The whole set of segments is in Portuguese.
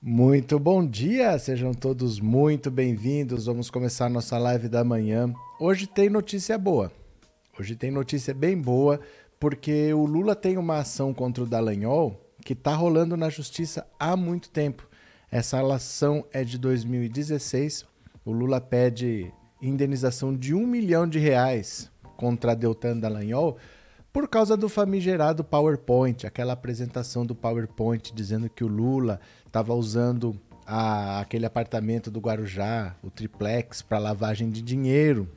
Muito bom dia, sejam todos muito bem-vindos. Vamos começar nossa live da manhã. Hoje tem notícia boa. Hoje tem notícia bem boa, porque o Lula tem uma ação contra o Dallagnol que está rolando na justiça há muito tempo. Essa ação é de 2016. O Lula pede indenização de R$ 1 milhão contra Deltan Dallagnol por causa do famigerado PowerPoint, aquela apresentação do PowerPoint dizendo que o Lula estava usando aquele apartamento do Guarujá, o triplex, para lavagem de dinheiro.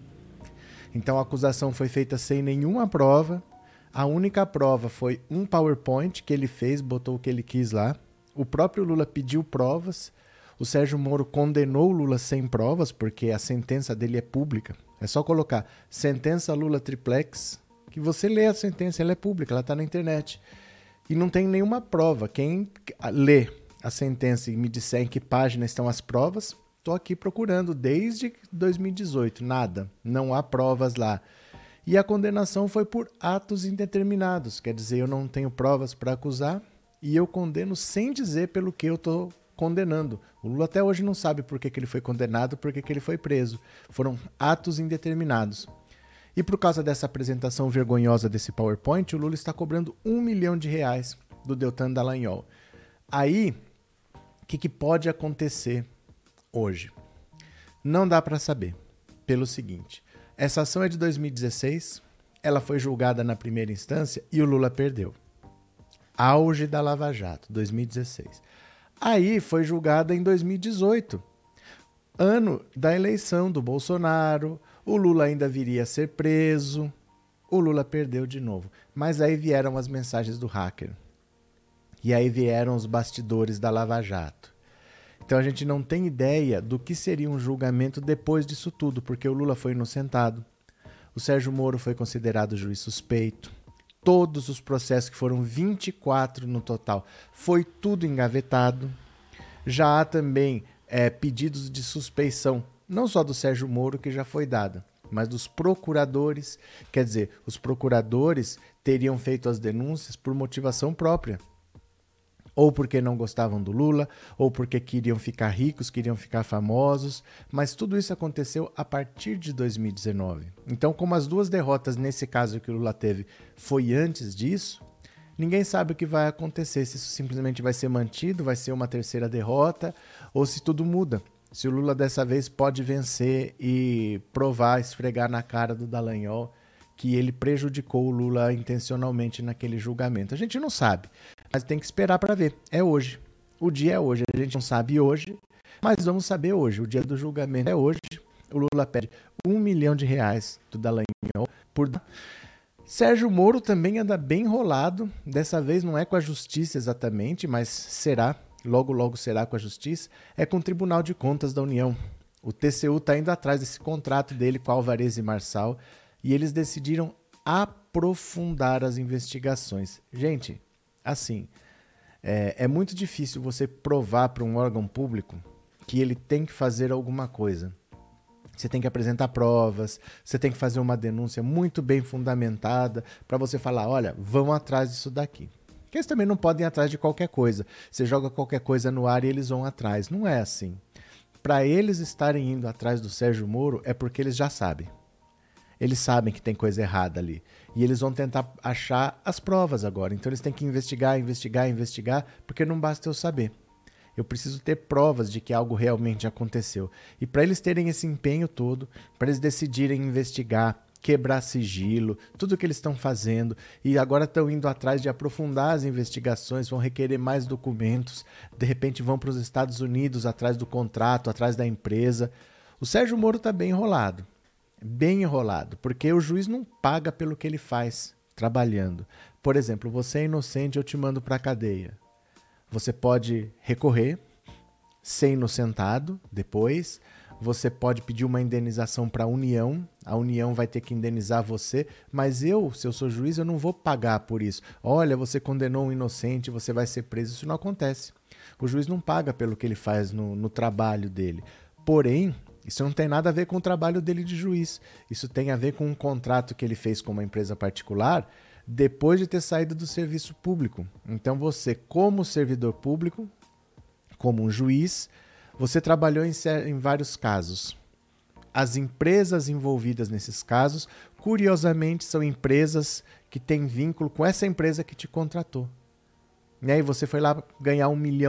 Então a acusação foi feita sem nenhuma prova. A única prova foi um PowerPoint que ele fez, botou o que ele quis lá. O próprio Lula pediu provas. O Sérgio Moro condenou o Lula sem provas, porque a sentença dele é pública. É só colocar sentença Lula triplex, que você lê a sentença, ela é pública, ela está na internet. E não tem nenhuma prova. Quem lê a sentença e me disser em que página estão as provas, estou aqui procurando desde 2018, nada, não há provas lá. E a condenação foi por atos indeterminados, quer dizer, eu não tenho provas para acusar e eu condeno sem dizer pelo que eu estou condenando. O Lula até hoje não sabe por que ele foi condenado, por que ele foi preso. Foram atos indeterminados. E por causa dessa apresentação vergonhosa desse PowerPoint, o Lula está cobrando R$ 1 milhão do Deltan Dallagnol. Aí, o que pode acontecer hoje? Não dá para saber, pelo seguinte: essa ação é de 2016, ela foi julgada na primeira instância e o Lula perdeu. Auge da Lava Jato, 2016. Aí foi julgada em 2018, ano da eleição do Bolsonaro. O Lula ainda viria a ser preso. O Lula perdeu de novo. Mas aí vieram as mensagens do hacker. E aí vieram os bastidores da Lava Jato. Então a gente não tem ideia do que seria um julgamento depois disso tudo, porque o Lula foi inocentado. O Sérgio Moro foi considerado juiz suspeito. Todos os processos, que foram 24 no total, foi tudo engavetado. Já há também pedidos de suspeição, não só do Sérgio Moro, que já foi dada, mas dos procuradores. Quer dizer, os procuradores teriam feito as denúncias por motivação própria. Ou porque não gostavam do Lula, ou porque queriam ficar ricos, queriam ficar famosos. Mas tudo isso aconteceu a partir de 2019. Então, como as duas derrotas nesse caso que o Lula teve foi antes disso, ninguém sabe o que vai acontecer, se isso simplesmente vai ser mantido, vai ser uma terceira derrota, ou se tudo muda. Se o Lula dessa vez pode vencer e provar, esfregar na cara do Dallagnol que ele prejudicou o Lula intencionalmente naquele julgamento. A gente não sabe, mas tem que esperar para ver. É hoje. O dia é hoje. A gente não sabe hoje, mas vamos saber hoje. O dia do julgamento é hoje. O Lula pede R$ 1 milhão do Dallagnol por... Sérgio Moro também anda bem enrolado. Dessa vez não é com a justiça exatamente, mas será. Logo, logo será com a justiça. É com o Tribunal de Contas da União. O TCU está indo atrás desse contrato dele com Alvarez e Marçal e eles decidiram aprofundar as investigações. Gente, assim, é muito difícil você provar para um órgão público que ele tem que fazer alguma coisa. Você tem que apresentar provas, você tem que fazer uma denúncia muito bem fundamentada para você falar, olha, vão atrás disso daqui. Porque eles também não podem ir atrás de qualquer coisa. Você joga qualquer coisa no ar e eles vão atrás. Não é assim. Para eles estarem indo atrás do Sérgio Moro é porque eles já sabem. Eles sabem que tem coisa errada ali. E eles vão tentar achar as provas agora. Então eles têm que investigar, porque não basta eu saber. Eu preciso ter provas de que algo realmente aconteceu. E para eles terem esse empenho todo, para eles decidirem investigar, quebrar sigilo, tudo o que eles estão fazendo, e agora estão indo atrás de aprofundar as investigações, vão requerer mais documentos, de repente vão para os Estados Unidos atrás do contrato, atrás da empresa. O Sérgio Moro está bem enrolado, porque o juiz não paga pelo que ele faz trabalhando. Por exemplo, você é inocente, eu te mando para a cadeia. Você pode recorrer, ser inocentado depois. Você pode pedir uma indenização para a União vai ter que indenizar você, mas eu, se eu sou juiz, eu não vou pagar por isso. Olha, você condenou um inocente, você vai ser preso. Isso não acontece. O juiz não paga pelo que ele faz no trabalho dele. Porém, isso não tem nada a ver com o trabalho dele de juiz. Isso tem a ver com um contrato que ele fez com uma empresa particular depois de ter saído do serviço público. Então você, como servidor público, como um juiz, você trabalhou em vários casos. As empresas envolvidas nesses casos, curiosamente, são empresas que têm vínculo com essa empresa que te contratou. E aí você foi lá ganhar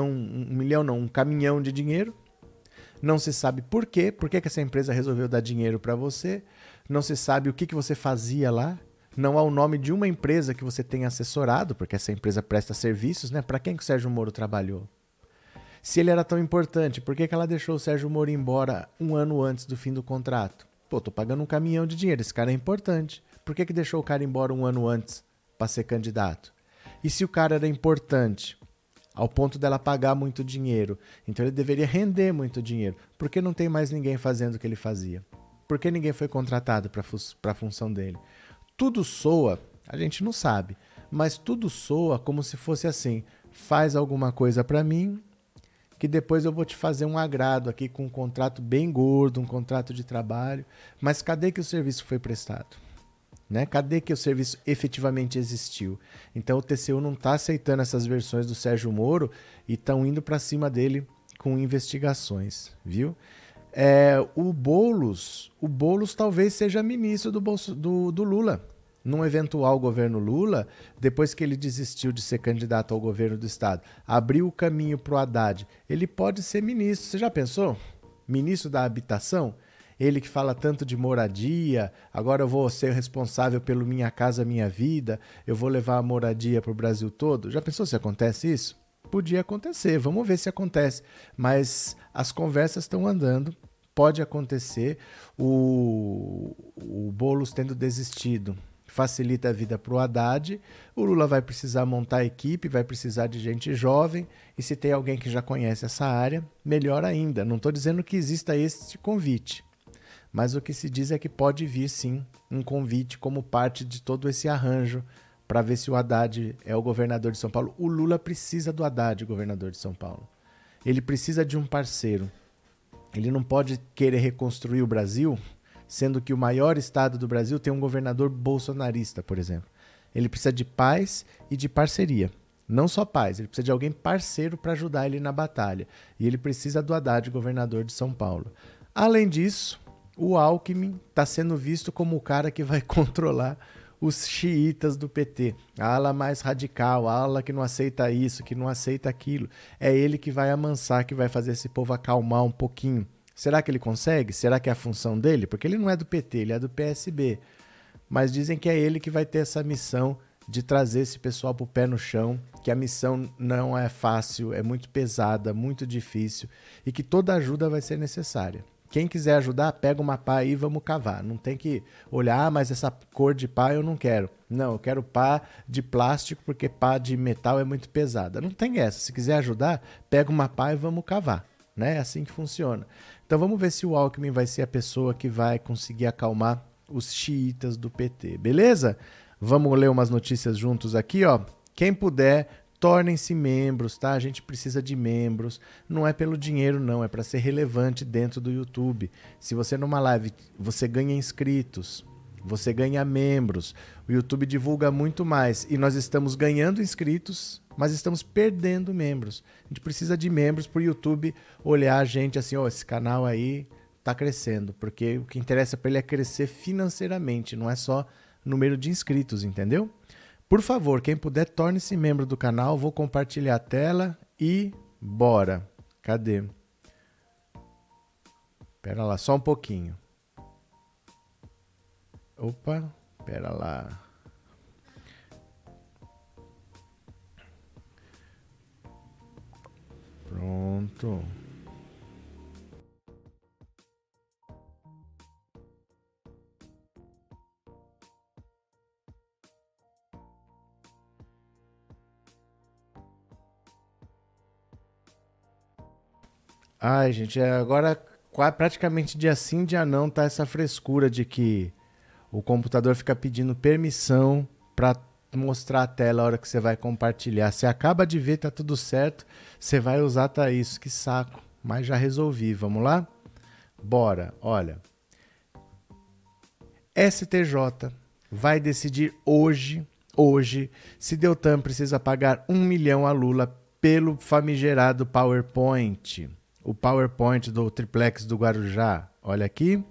um caminhão de dinheiro. Não se sabe por quê, por que essa empresa resolveu dar dinheiro para você. Não se sabe o que você fazia lá. Não há o nome de uma empresa que você tenha assessorado, porque essa empresa presta serviços, né? Para quem que o Sérgio Moro trabalhou? Se ele era tão importante, por que ela deixou o Sérgio Moro embora um ano antes do fim do contrato? Pô, tô pagando um caminhão de dinheiro, esse cara é importante. Por que deixou o cara embora um ano antes para ser candidato? E se o cara era importante, ao ponto dela pagar muito dinheiro, então ele deveria render muito dinheiro. Por que não tem mais ninguém fazendo o que ele fazia? Por que ninguém foi contratado para a função dele? Tudo soa, a gente não sabe, mas tudo soa como se fosse assim: faz alguma coisa para mim, que depois eu vou te fazer um agrado aqui com um contrato bem gordo, um contrato de trabalho. Mas cadê que o serviço foi prestado? Né? Cadê que o serviço efetivamente existiu? Então o TCU não está aceitando essas versões do Sérgio Moro e estão indo para cima dele com investigações, viu? O Boulos talvez seja ministro do Lula. Num eventual governo Lula, depois que ele desistiu de ser candidato ao governo do estado, abriu o caminho para o Haddad, ele pode ser ministro. Você já pensou? Ministro da Habitação? Ele que fala tanto de moradia, agora eu vou ser responsável pelo Minha Casa Minha Vida, eu vou levar a moradia para o Brasil todo. Já pensou se acontece isso? Podia acontecer, vamos ver se acontece. Mas as conversas estão andando, pode acontecer. O Boulos tendo desistido facilita a vida para o Haddad. O Lula vai precisar montar a equipe, vai precisar de gente jovem, e se tem alguém que já conhece essa área, melhor ainda. Não estou dizendo que exista esse convite, mas o que se diz é que pode vir sim um convite como parte de todo esse arranjo para ver se o Haddad é o governador de São Paulo. O Lula precisa do Haddad, governador de São Paulo. Ele precisa de um parceiro. Ele não pode querer reconstruir o Brasil, sendo que o maior estado do Brasil tem um governador bolsonarista, por exemplo. Ele precisa de paz e de parceria. Não só paz, ele precisa de alguém parceiro para ajudar ele na batalha. E ele precisa do Haddad, governador de São Paulo. Além disso, o Alckmin está sendo visto como o cara que vai controlar os xiitas do PT. A ala mais radical, a ala que não aceita isso, que não aceita aquilo. É ele que vai amansar, que vai fazer esse povo acalmar um pouquinho. Será que ele consegue? Será que é a função dele? Porque ele não é do PT, ele é do PSB. Mas dizem que é ele que vai ter essa missão de trazer esse pessoal para o pé no chão, que a missão não é fácil, é muito pesada, muito difícil, e que toda ajuda vai ser necessária. Quem quiser ajudar, pega uma pá aí e vamos cavar. Não tem que olhar, mas essa cor de pá eu não quero. Não, eu quero pá de plástico porque pá de metal é muito pesada. Não tem essa. Se quiser ajudar, pega uma pá e vamos cavar. Né? É assim que funciona. Então vamos ver se o Alckmin vai ser a pessoa que vai conseguir acalmar os xiitas do PT. Beleza? Vamos ler umas notícias juntos aqui, ó. Quem puder, tornem-se membros, tá? A gente precisa de membros. Não é pelo dinheiro, não. É para ser relevante dentro do YouTube. Se você numa live, você ganha inscritos, você ganha membros. O YouTube divulga muito mais. E nós estamos ganhando inscritos, mas estamos perdendo membros. A gente precisa de membros para o YouTube olhar a gente assim, ó, esse canal aí tá crescendo. Porque o que interessa para ele é crescer financeiramente, não é só número de inscritos, entendeu? Por favor, quem puder, torne-se membro do canal. Vou compartilhar a tela e bora. Cadê? Pera lá, só um pouquinho. Opa, pera lá. Pronto. Ai, gente, agora praticamente dia sim, dia não, tá essa frescura de que o computador fica pedindo permissão para mostrar a tela a hora que você vai compartilhar. Você acaba de ver, tá tudo certo, você vai usar, tá isso, que saco. Mas já resolvi, vamos lá? Bora, olha. STJ vai decidir hoje, se Deltan precisa pagar 1 milhão a Lula pelo famigerado PowerPoint. O PowerPoint do triplex do Guarujá. Olha aqui.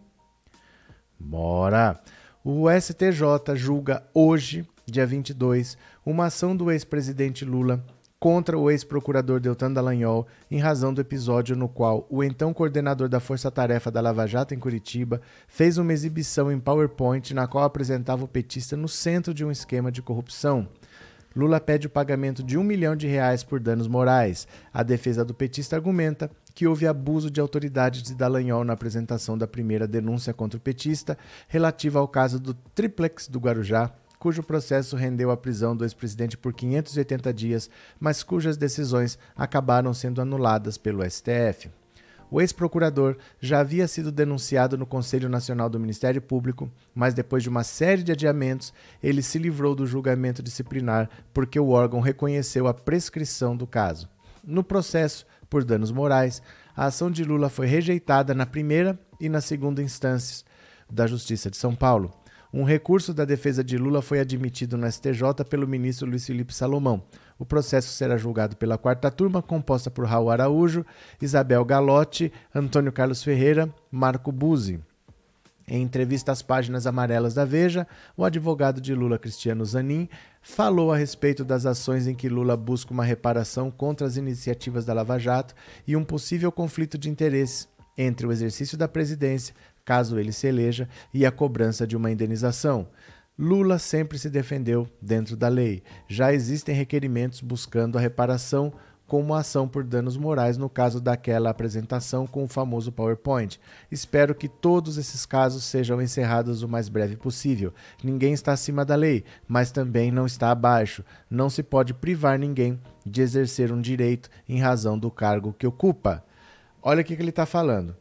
Bora! O STJ julga hoje, dia 22, uma ação do ex-presidente Lula contra o ex-procurador Deltan Dallagnol em razão do episódio no qual o então coordenador da Força Tarefa da Lava Jato em Curitiba fez uma exibição em PowerPoint na qual apresentava o petista no centro de um esquema de corrupção. Lula pede o pagamento de R$1 milhão por danos morais. A defesa do petista argumenta que houve abuso de autoridade de Dallagnol na apresentação da primeira denúncia contra o petista relativa ao caso do triplex do Guarujá, cujo processo rendeu a prisão do ex-presidente por 580 dias, mas cujas decisões acabaram sendo anuladas pelo STF. O ex-procurador já havia sido denunciado no Conselho Nacional do Ministério Público, mas depois de uma série de adiamentos, ele se livrou do julgamento disciplinar porque o órgão reconheceu a prescrição do caso. No processo por danos morais, a ação de Lula foi rejeitada na primeira e na segunda instâncias da Justiça de São Paulo. Um recurso da defesa de Lula foi admitido no STJ pelo ministro Luiz Felipe Salomão. O processo será julgado pela quarta turma, composta por Raul Araújo, Isabel Galotti, Antônio Carlos Ferreira, Marco Buzzi. Em entrevista às páginas amarelas da Veja, o advogado de Lula, Cristiano Zanin, falou a respeito das ações em que Lula busca uma reparação contra as iniciativas da Lava Jato e um possível conflito de interesses entre o exercício da presidência, caso ele se eleja, e a cobrança de uma indenização. Lula sempre se defendeu dentro da lei. Já existem requerimentos buscando a reparação como ação por danos morais no caso daquela apresentação com o famoso PowerPoint. Espero que todos esses casos sejam encerrados o mais breve possível. Ninguém está acima da lei, mas também não está abaixo. Não se pode privar ninguém de exercer um direito em razão do cargo que ocupa. Olha o que ele está falando.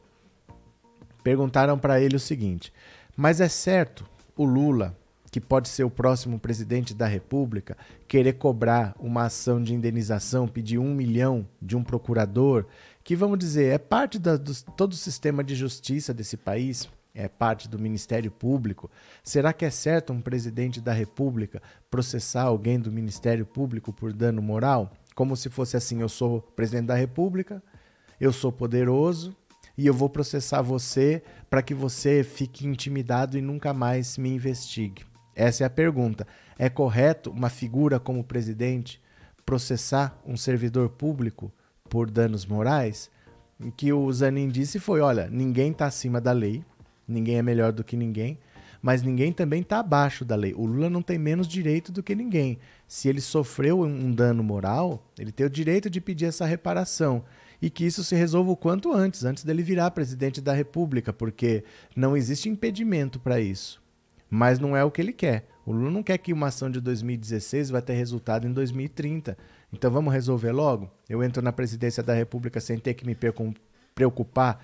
Perguntaram para ele o seguinte: mas é certo o Lula, que pode ser o próximo presidente da República, querer cobrar uma ação de indenização, pedir 1 milhão de um procurador, que, vamos dizer, é parte todo o sistema de justiça desse país, é parte do Ministério Público? Será que é certo um presidente da República processar alguém do Ministério Público por dano moral? Como se fosse assim: eu sou presidente da República, eu sou poderoso, e eu vou processar você para que você fique intimidado e nunca mais me investigue. Essa é a pergunta. É correto uma figura como presidente processar um servidor público por danos morais? O que o Zanin disse foi: olha, ninguém está acima da lei, ninguém é melhor do que ninguém, mas ninguém também está abaixo da lei. O Lula não tem menos direito do que ninguém. Se ele sofreu um dano moral, ele tem o direito de pedir essa reparação. E que isso se resolva o quanto antes dele virar presidente da República, porque não existe impedimento para isso. Mas não é o que ele quer. O Lula não quer que uma ação de 2016 vai ter resultado em 2030. Então vamos resolver logo? Eu entro na presidência da República sem ter que me preocupar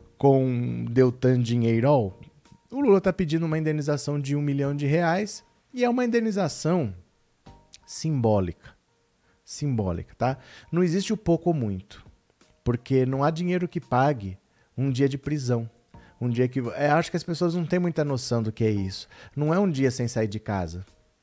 com Deltan Dinheirol? O Lula está pedindo uma indenização de R$1 milhão e é uma indenização simbólica. Simbólica, tá? Não existe o pouco ou muito. Porque não há dinheiro que pague um dia de prisão. Um dia que... acho que as pessoas não têm muita noção do que é isso. Não é um dia sem sair de casa.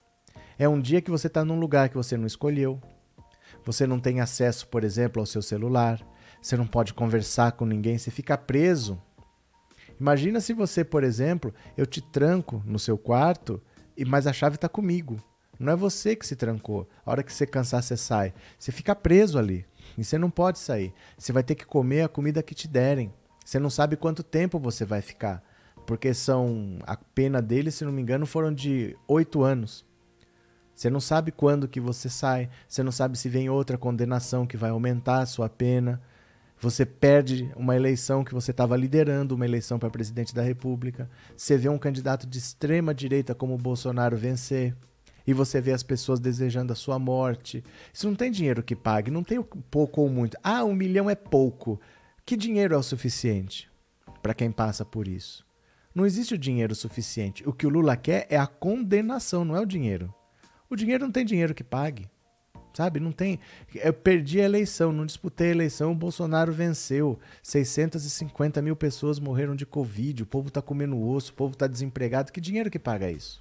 É um dia que você está num lugar que você não escolheu. Você não tem acesso, por exemplo, ao seu celular. Você não pode conversar com ninguém. Você fica preso. Imagina se você, por exemplo, eu te tranco no seu quarto, mas a chave está comigo. Não é você que se trancou. A hora que você cansar, você sai. Você fica preso ali. E você não pode sair. Você vai ter que comer a comida que te derem. Você não sabe quanto tempo você vai ficar. Porque a pena dele, se não me engano, foram de 8 anos. Você não sabe quando que você sai. Você não sabe se vem outra condenação que vai aumentar a sua pena. Você perde uma eleição que você estava liderando, uma eleição para presidente da República. Você vê um candidato de extrema direita como o Bolsonaro vencer. E você vê as pessoas desejando a sua morte. Isso não tem dinheiro que pague, não tem pouco ou muito. Ah, 1 milhão é pouco. Que dinheiro é o suficiente para quem passa por isso? Não existe o dinheiro suficiente. O que o Lula quer é a condenação, não é o dinheiro. O dinheiro não tem dinheiro que pague. Sabe? Não tem. Eu perdi a eleição, não disputei a eleição, o Bolsonaro venceu. 650 mil pessoas morreram de Covid, o povo está comendo osso, o povo está desempregado. Que dinheiro que paga isso?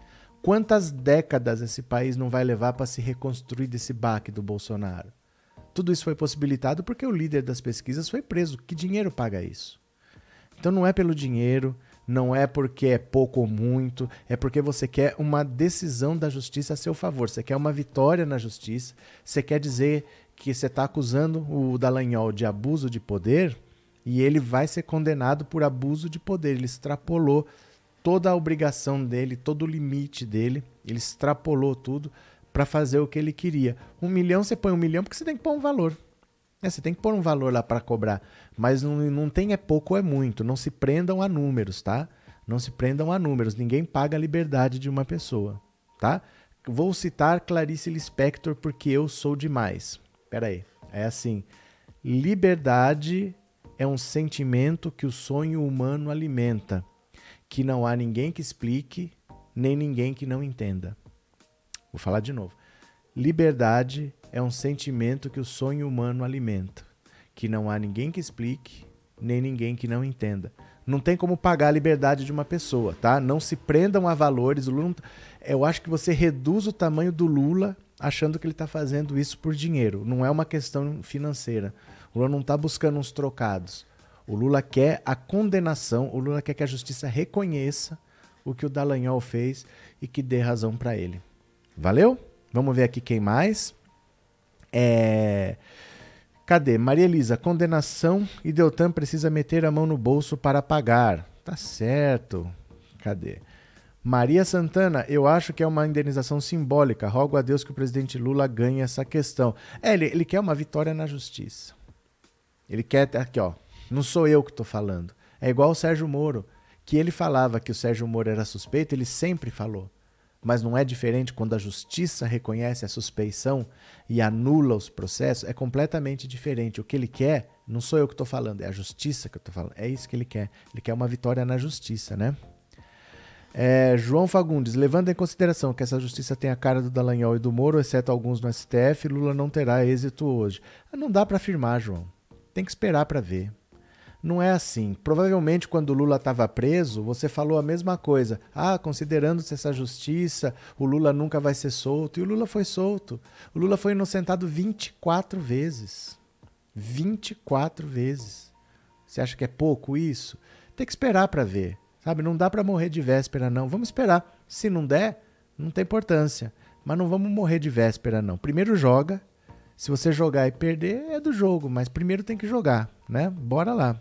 Quantas décadas esse país não vai levar para se reconstruir desse baque do Bolsonaro? Tudo isso foi possibilitado porque o líder das pesquisas foi preso. Que dinheiro paga isso? Então não é pelo dinheiro, não é porque é pouco ou muito, é porque você quer uma decisão da justiça a seu favor. Você quer uma vitória na justiça, você quer dizer que você está acusando o Dallagnol de abuso de poder e ele vai ser condenado por abuso de poder. Ele extrapolou toda a obrigação dele, todo o limite dele, ele extrapolou tudo para fazer o que ele queria. 1 milhão, você põe 1 milhão porque você tem que pôr um valor. Você tem que pôr um valor lá para cobrar, mas não tem é pouco ou é muito. Não se prendam a números, tá? Não se prendam a números. Ninguém paga a liberdade de uma pessoa, tá? Vou citar Clarice Lispector porque eu sou demais. Espera aí, é assim, liberdade é um sentimento que o sonho humano alimenta, que não há ninguém que explique, nem ninguém que não entenda. Vou falar de novo. Liberdade é um sentimento que o sonho humano alimenta, que não há ninguém que explique, nem ninguém que não entenda. Não tem como pagar a liberdade de uma pessoa, tá? Não se prendam a valores. O Lula, eu acho que você reduz o tamanho do Lula achando que ele está fazendo isso por dinheiro. Não é uma questão financeira. O Lula não está buscando uns trocados. O Lula quer a condenação, o Lula quer que a justiça reconheça o que o Dallagnol fez e que dê razão para ele. Valeu? Vamos ver aqui quem mais. Cadê? Maria Elisa, condenação e Deltan precisa meter a mão no bolso para pagar. Tá certo. Cadê? Maria Santana, eu acho que é uma indenização simbólica. Rogo a Deus que o presidente Lula ganhe essa questão. Ele quer uma vitória na justiça. Ele quer... Aqui, ó. Não sou eu que estou falando. É igual o Sérgio Moro, que ele falava que o Sérgio Moro era suspeito, ele sempre falou. Mas não é diferente quando a justiça reconhece a suspeição e anula os processos? É completamente diferente. O que ele quer, não sou eu que estou falando, é a justiça que eu estou falando. É isso que ele quer. Ele quer uma vitória na justiça, né? João Fagundes, levando em consideração que essa justiça tem a cara do Dallagnol e do Moro, exceto alguns no STF, Lula não terá êxito hoje. Não dá para afirmar, João. Tem que esperar para ver. Não é assim. Provavelmente, quando o Lula estava preso, você falou a mesma coisa. Considerando-se essa justiça, o Lula nunca vai ser solto. E o Lula foi solto. O Lula foi inocentado 24 vezes. 24 vezes. Você acha que é pouco isso? Tem que esperar para ver. Sabe? Não dá para morrer de véspera, não. Vamos esperar. Se não der, não tem importância. Mas não vamos morrer de véspera, não. Primeiro joga. Se você jogar e perder, é do jogo. Mas primeiro tem que jogar, né? Bora lá.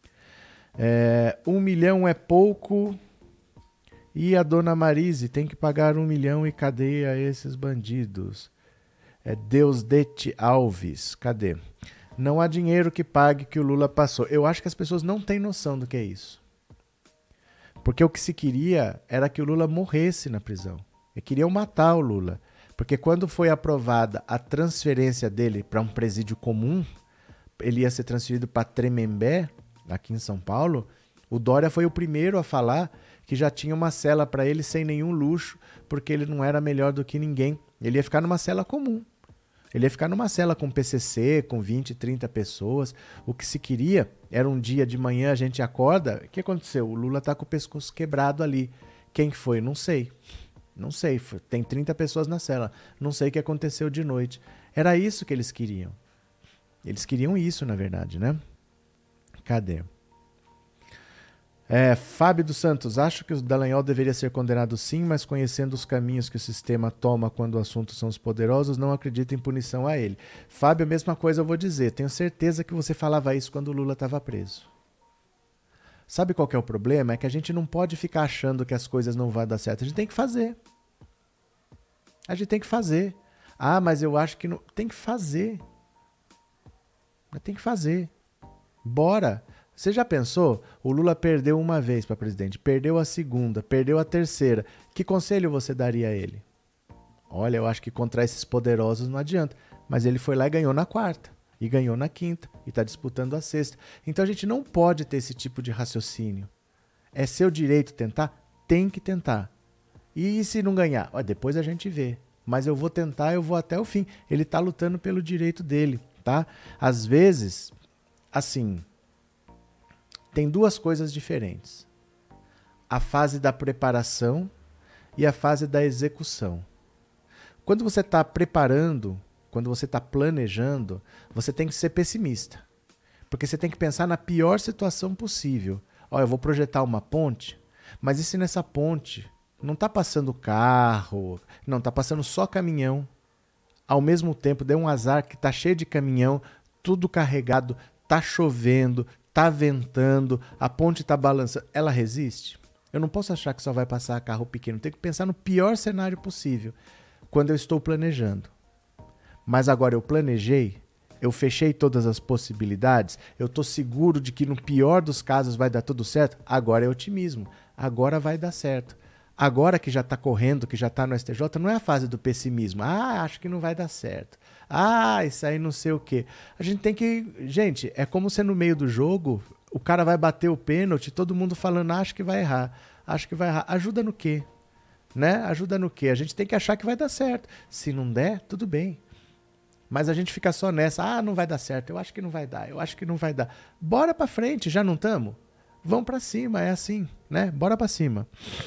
1 milhão é pouco e a dona Marise tem que pagar 1 milhão e cadeia a esses bandidos. Deusdete Alves, cadê? Não há dinheiro que pague que o Lula passou. Eu acho que as pessoas não têm noção do que é isso. Porque o que se queria era que o Lula morresse na prisão. E queriam matar o Lula. Porque quando foi aprovada a transferência dele para um presídio comum, ele ia ser transferido para Tremembé, aqui em São Paulo, o Dória foi o primeiro a falar que já tinha uma cela para ele sem nenhum luxo, porque ele não era melhor do que ninguém. Ele ia ficar numa cela comum. Ele ia ficar numa cela com PCC, com 20, 30 pessoas. O que se queria era um dia de manhã, a gente acorda. O que aconteceu? O Lula está com o pescoço quebrado ali. Quem foi? Não sei. Não sei. Tem 30 pessoas na cela. Não sei o que aconteceu de noite. Era isso que eles queriam. Eles queriam isso, na verdade, né? Cadê? Fábio dos Santos, acho que o Dallagnol deveria ser condenado sim, mas conhecendo os caminhos que o sistema toma quando o assunto são os poderosos, não acredito em punição a ele. Fábio, a mesma coisa eu vou dizer. Tenho certeza que você falava isso quando o Lula estava preso. Sabe qual que é o problema? É que a gente não pode ficar achando que as coisas não vão dar certo. A gente tem que fazer. A gente tem que fazer. Mas eu acho que não... Tem que fazer. Tem que fazer. Bora. Você já pensou? O Lula perdeu uma vez para presidente, perdeu a segunda, perdeu a terceira. Que conselho você daria a ele? Olha, eu acho que contra esses poderosos não adianta. Mas ele foi lá e ganhou na quarta, e ganhou na quinta, e está disputando a sexta. Então a gente não pode ter esse tipo de raciocínio. É seu direito tentar? Tem que tentar. E se não ganhar? Depois a gente vê. Mas eu vou tentar, eu vou até o fim. Ele está lutando pelo direito dele, tá? Às vezes, assim... Tem duas coisas diferentes. A fase da preparação e a fase da execução. Quando você está preparando quando você está planejando, você tem que ser pessimista. Porque você tem que pensar na pior situação possível. Ó, eu vou projetar uma ponte, mas e se nessa ponte não está passando carro, não, está passando só caminhão? Ao mesmo tempo, deu um azar que está cheio de caminhão, tudo carregado, está chovendo, está ventando, a ponte está balançando. Ela resiste? Eu não posso achar que só vai passar carro pequeno. Tenho que pensar no pior cenário possível quando eu estou planejando. Mas agora eu planejei, eu fechei todas as possibilidades, eu estou seguro de que no pior dos casos vai dar tudo certo. Agora é otimismo. Agora vai dar certo. Agora que já está correndo, que já está no STJ, não é a fase do pessimismo. Ah, acho que não vai dar certo. Ah, isso aí não sei o quê. A gente tem que... Gente, é como se no meio do jogo o cara vai bater o pênalti, todo mundo falando, acho que vai errar. Acho que vai errar. Ajuda no quê? Né? Ajuda no quê? A gente tem que achar que vai dar certo. Se não der, tudo bem. Mas a gente fica só nessa. Ah, não vai dar certo. Eu acho que não vai dar. Eu acho que não vai dar. Bora pra frente, já não estamos? Vamos pra cima, é assim, né? Bora pra cima.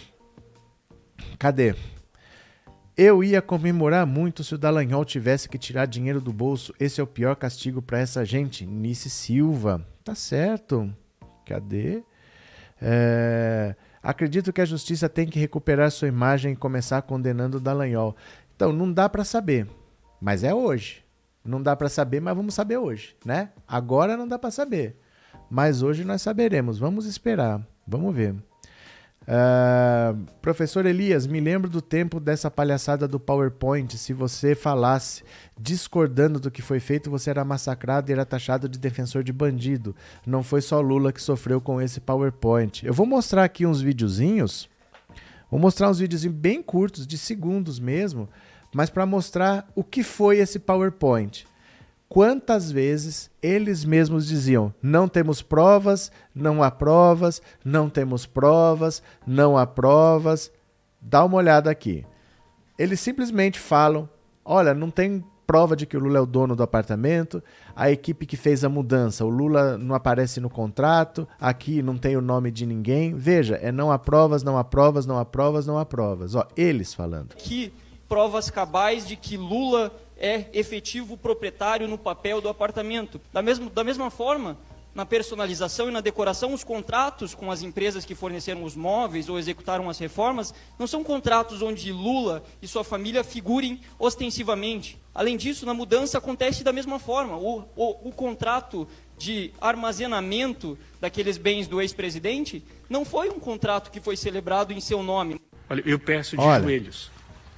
Cadê? Eu ia comemorar muito se o Dallagnol tivesse que tirar dinheiro do bolso. Esse é o pior castigo para essa gente. Nice Silva. Tá certo. Cadê? Acredito que a justiça tem que recuperar sua imagem e começar condenando o Dallagnol. Então, não dá para saber. Mas é hoje. Não dá para saber, mas vamos saber hoje, né? Agora não dá para saber. Mas hoje nós saberemos. Vamos esperar. Vamos ver. Professor Elias, me lembro do tempo dessa palhaçada do PowerPoint. Se você falasse discordando do que foi feito, você era massacrado e era taxado de defensor de bandido. Não foi só Lula que sofreu com esse PowerPoint. Eu vou mostrar aqui uns videozinhos. Vou mostrar uns videozinhos bem curtos, de segundos mesmo, mas para mostrar o que foi esse PowerPoint. Quantas vezes eles mesmos diziam, não temos provas, não há provas, não temos provas, não há provas. Dá uma olhada aqui. Eles simplesmente falam, olha, não tem prova de que o Lula é o dono do apartamento, a equipe que fez a mudança, o Lula não aparece no contrato, aqui não tem o nome de ninguém. Veja, não há provas, não há provas, não há provas, não há provas. Ó, eles falando. Que provas cabais de que Lula é efetivo proprietário no papel do apartamento. Da mesma forma, na personalização e na decoração, os contratos com as empresas que forneceram os móveis ou executaram as reformas não são contratos onde Lula e sua família figurem ostensivamente. Além disso, na mudança acontece da mesma forma. O contrato de armazenamento daqueles bens do ex-presidente não foi um contrato que foi celebrado em seu nome. Olha, eu peço de joelhos.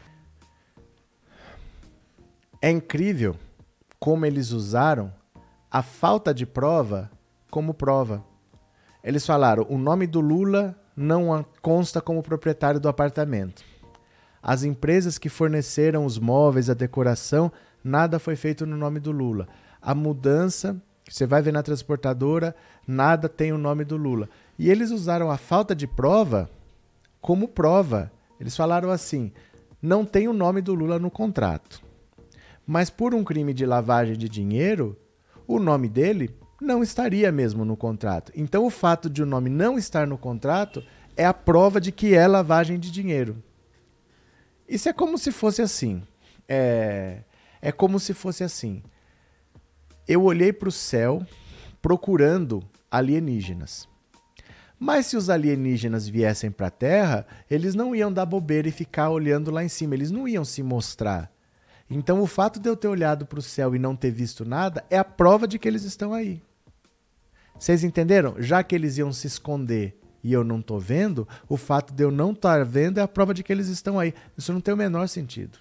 É incrível como eles usaram a falta de prova como prova. Eles falaram, o nome do Lula não consta como proprietário do apartamento. As empresas que forneceram os móveis, a decoração, nada foi feito no nome do Lula. A mudança, você vai ver na transportadora, nada tem o nome do Lula. E eles usaram a falta de prova como prova. Eles falaram assim, não tem o nome do Lula no contrato. Mas por um crime de lavagem de dinheiro, o nome dele não estaria mesmo no contrato. Então o fato de o nome não estar no contrato é a prova de que é lavagem de dinheiro. Isso é como se fosse assim. É como se fosse assim. Eu olhei para o céu procurando alienígenas. Mas se os alienígenas viessem para a Terra, eles não iam dar bobeira e ficar olhando lá em cima. Eles não iam se mostrar. Então, o fato de eu ter olhado para o céu e não ter visto nada é a prova de que eles estão aí. Vocês entenderam? Já que eles iam se esconder e eu não estou vendo, o fato de eu não estar vendo é a prova de que eles estão aí. Isso não tem o menor sentido.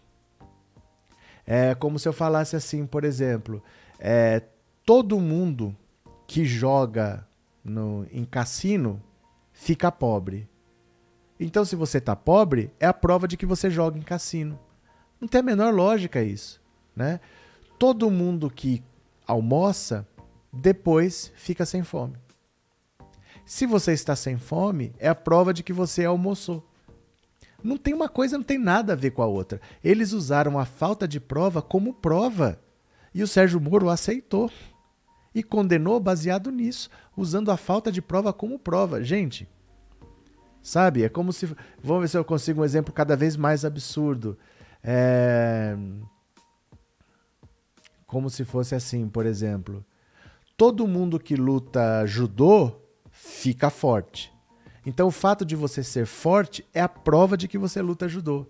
É como se eu falasse assim, por exemplo, todo mundo que joga em cassino fica pobre. Então, se você está pobre, é a prova de que você joga em cassino. Não tem a menor lógica isso, né? Todo mundo que almoça, depois fica sem fome. Se você está sem fome, é a prova de que você almoçou. Não tem uma coisa, não tem nada a ver com a outra. Eles usaram a falta de prova como prova. E o Sérgio Moro aceitou. E condenou baseado nisso, usando a falta de prova como prova. Gente, sabe? É como se... Vamos ver se eu consigo um exemplo cada vez mais absurdo. como se fosse assim, por exemplo. Todo mundo que luta judô fica forte. Então o fato de você ser forte é a prova de que você luta judô.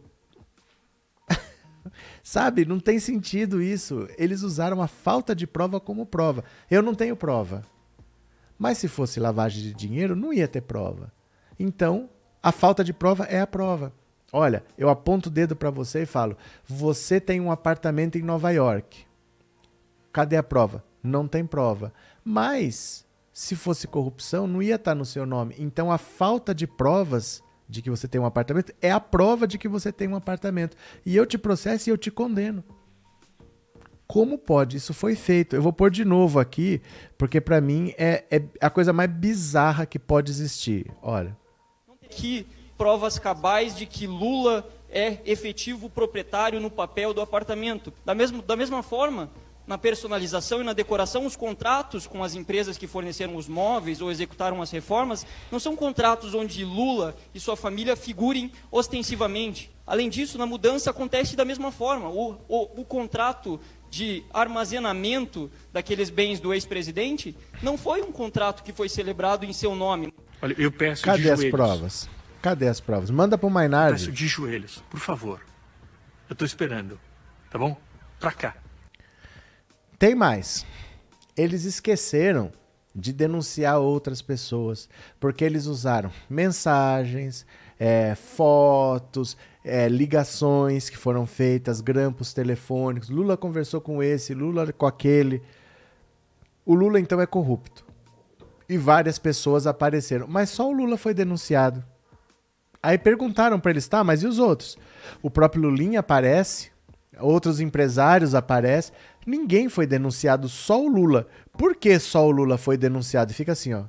Sabe? Não tem sentido isso. Eles usaram a falta de prova como prova. Eu não tenho prova. Mas se fosse lavagem de dinheiro, não ia ter prova. Então, a falta de prova é a prova. Olha, eu aponto o dedo para você e falo, você tem um apartamento em Nova York. Cadê a prova? Não tem prova. Mas, se fosse corrupção, não ia estar no seu nome. Então, a falta de provas de que você tem um apartamento é a prova de que você tem um apartamento. E eu te processo e eu te condeno. Como pode? Isso foi feito. Eu vou pôr de novo aqui, porque para mim é a coisa mais bizarra que pode existir. Olha. Que provas cabais de que Lula é efetivo proprietário no papel do apartamento. Da mesma forma, na personalização e na decoração, os contratos com as empresas que forneceram os móveis ou executaram as reformas não são contratos onde Lula e sua família figurem ostensivamente. Além disso, na mudança acontece da mesma forma. O contrato de armazenamento daqueles bens do ex-presidente não foi um contrato que foi celebrado em seu nome. Olha, eu peço de joelhos. Cadê as provas? Cadê as provas? Manda pro Mainardi. Eu peço de joelhos, por favor. Eu tô esperando, tá bom? Pra cá. Tem mais. Eles esqueceram de denunciar outras pessoas, porque eles usaram mensagens, fotos, ligações que foram feitas, grampos telefônicos. Lula conversou com esse, Lula com aquele. O Lula, então, é corrupto. E várias pessoas apareceram. Mas só o Lula foi denunciado. Aí perguntaram para eles, tá, mas e os outros? O próprio Lulinha aparece, outros empresários aparecem. Ninguém foi denunciado, só o Lula. Por que só o Lula foi denunciado? Fica assim, ó.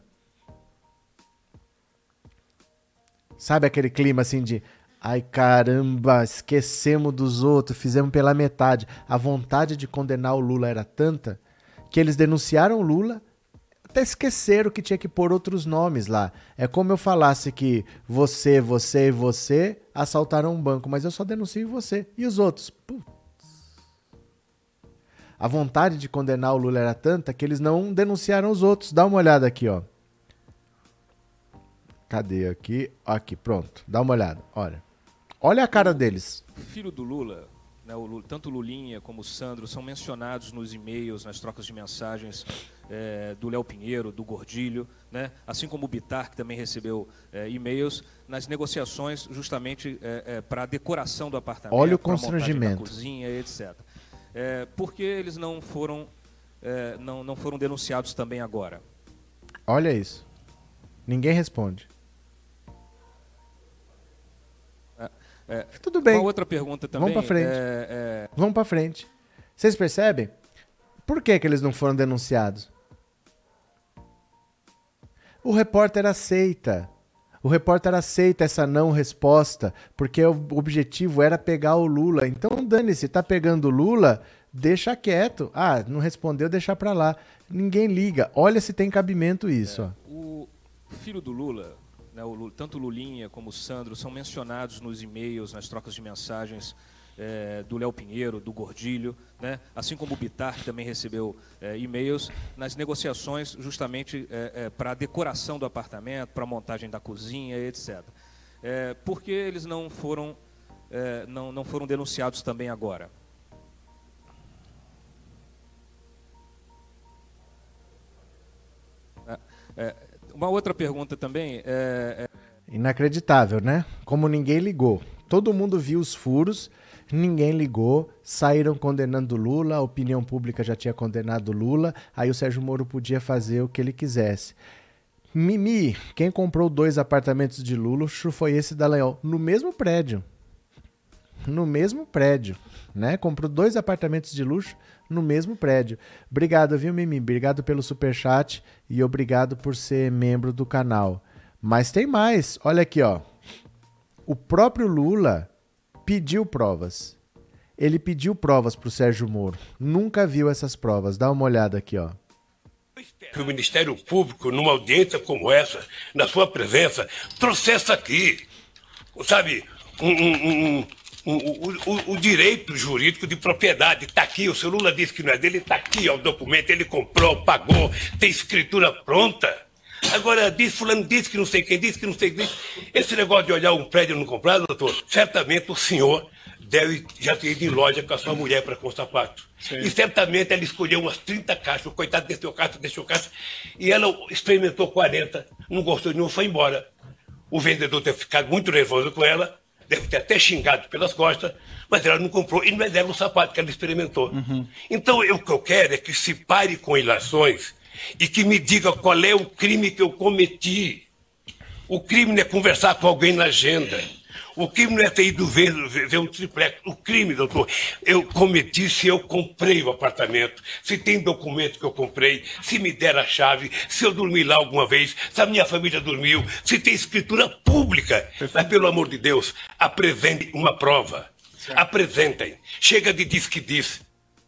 Sabe aquele clima assim de... Ai, caramba, esquecemos dos outros, fizemos pela metade. A vontade de condenar o Lula era tanta que eles denunciaram o Lula, até esqueceram que tinha que pôr outros nomes lá. É como eu falasse que você e você assaltaram um banco, mas eu só denuncio você. E os outros? Putz. A vontade de condenar o Lula era tanta que eles não denunciaram os outros. Dá uma olhada aqui, ó. Cadê aqui? Aqui, pronto. Dá uma olhada, olha. Olha a cara deles. O filho do Lula, né, tanto o Lulinha como o Sandro, são mencionados nos e-mails, nas trocas de mensagens do Léo Pinheiro, do Gordilho, né, assim como o Bittar, que também recebeu e-mails, nas negociações justamente para a decoração do apartamento, olha o para a montagem da cozinha, etc. Por que eles não foram denunciados também agora? Olha isso. Ninguém responde. Tudo bem. Uma outra pergunta também. Vamos para frente. Vamos para frente. Vocês percebem? Por que eles não foram denunciados? O repórter aceita. O repórter aceita essa não resposta, porque o objetivo era pegar o Lula. Então, dane-se, tá pegando o Lula, deixa quieto. Ah, não respondeu, deixa para lá. Ninguém liga. Olha se tem cabimento isso. Ó. O filho do Lula, né, tanto o Lulinha como o Sandro, são mencionados nos e-mails, nas trocas de mensagens do Léo Pinheiro, do Gordilho, né, assim como o Bittar, que também recebeu e-mails, nas negociações justamente para a decoração do apartamento, para a montagem da cozinha, etc. Por que eles não foram denunciados também agora? Uma outra pergunta também. Inacreditável, né? Como ninguém ligou. Todo mundo viu os furos, ninguém ligou, saíram condenando Lula, a opinião pública já tinha condenado Lula, aí o Sérgio Moro podia fazer o que ele quisesse. Mimi, quem comprou 2 apartamentos de Lula foi esse da Leão, no mesmo prédio. No mesmo prédio, né? Comprou 2 apartamentos de luxo no mesmo prédio. Obrigado, viu, Mimi? Obrigado pelo superchat e obrigado por ser membro do canal. Mas tem mais. Olha aqui, ó. O próprio Lula pediu provas. Ele pediu provas para o Sérgio Moro. Nunca viu essas provas. Dá uma olhada aqui, ó. Que o Ministério Público, numa audiência como essa, na sua presença, trouxesse aqui, sabe, o direito jurídico de propriedade. Está aqui, o seu Lula disse que não é dele, está aqui, ó, o documento, ele comprou, pagou, tem escritura pronta. Agora, fulano disse que não sei quem disse, que não sei quem disse. Esse negócio de olhar um prédio e não comprar, doutor, certamente o senhor deve já ter ido em loja com a sua mulher para com sapato. Sim. E certamente ela escolheu umas 30 caixas, o coitado deixou caixa, e ela experimentou 40, não gostou de nenhum, foi embora. O vendedor deve ter ficado muito nervoso com ela, deve ter até xingado pelas costas, mas ela não comprou e não é dela o sapato que ela experimentou. Uhum. Então, o que eu quero é que se pare com ilações e que me diga qual é o crime que eu cometi. O crime não é conversar com alguém na agenda. O crime não é ter ido ver um triplex. O crime, doutor, eu cometi se eu comprei o apartamento, se tem documento que eu comprei, se me der a chave, se eu dormi lá alguma vez, se a minha família dormiu, se tem escritura pública. Mas, pelo amor de Deus, apresentem uma prova. Certo. Apresentem. Chega de diz que diz.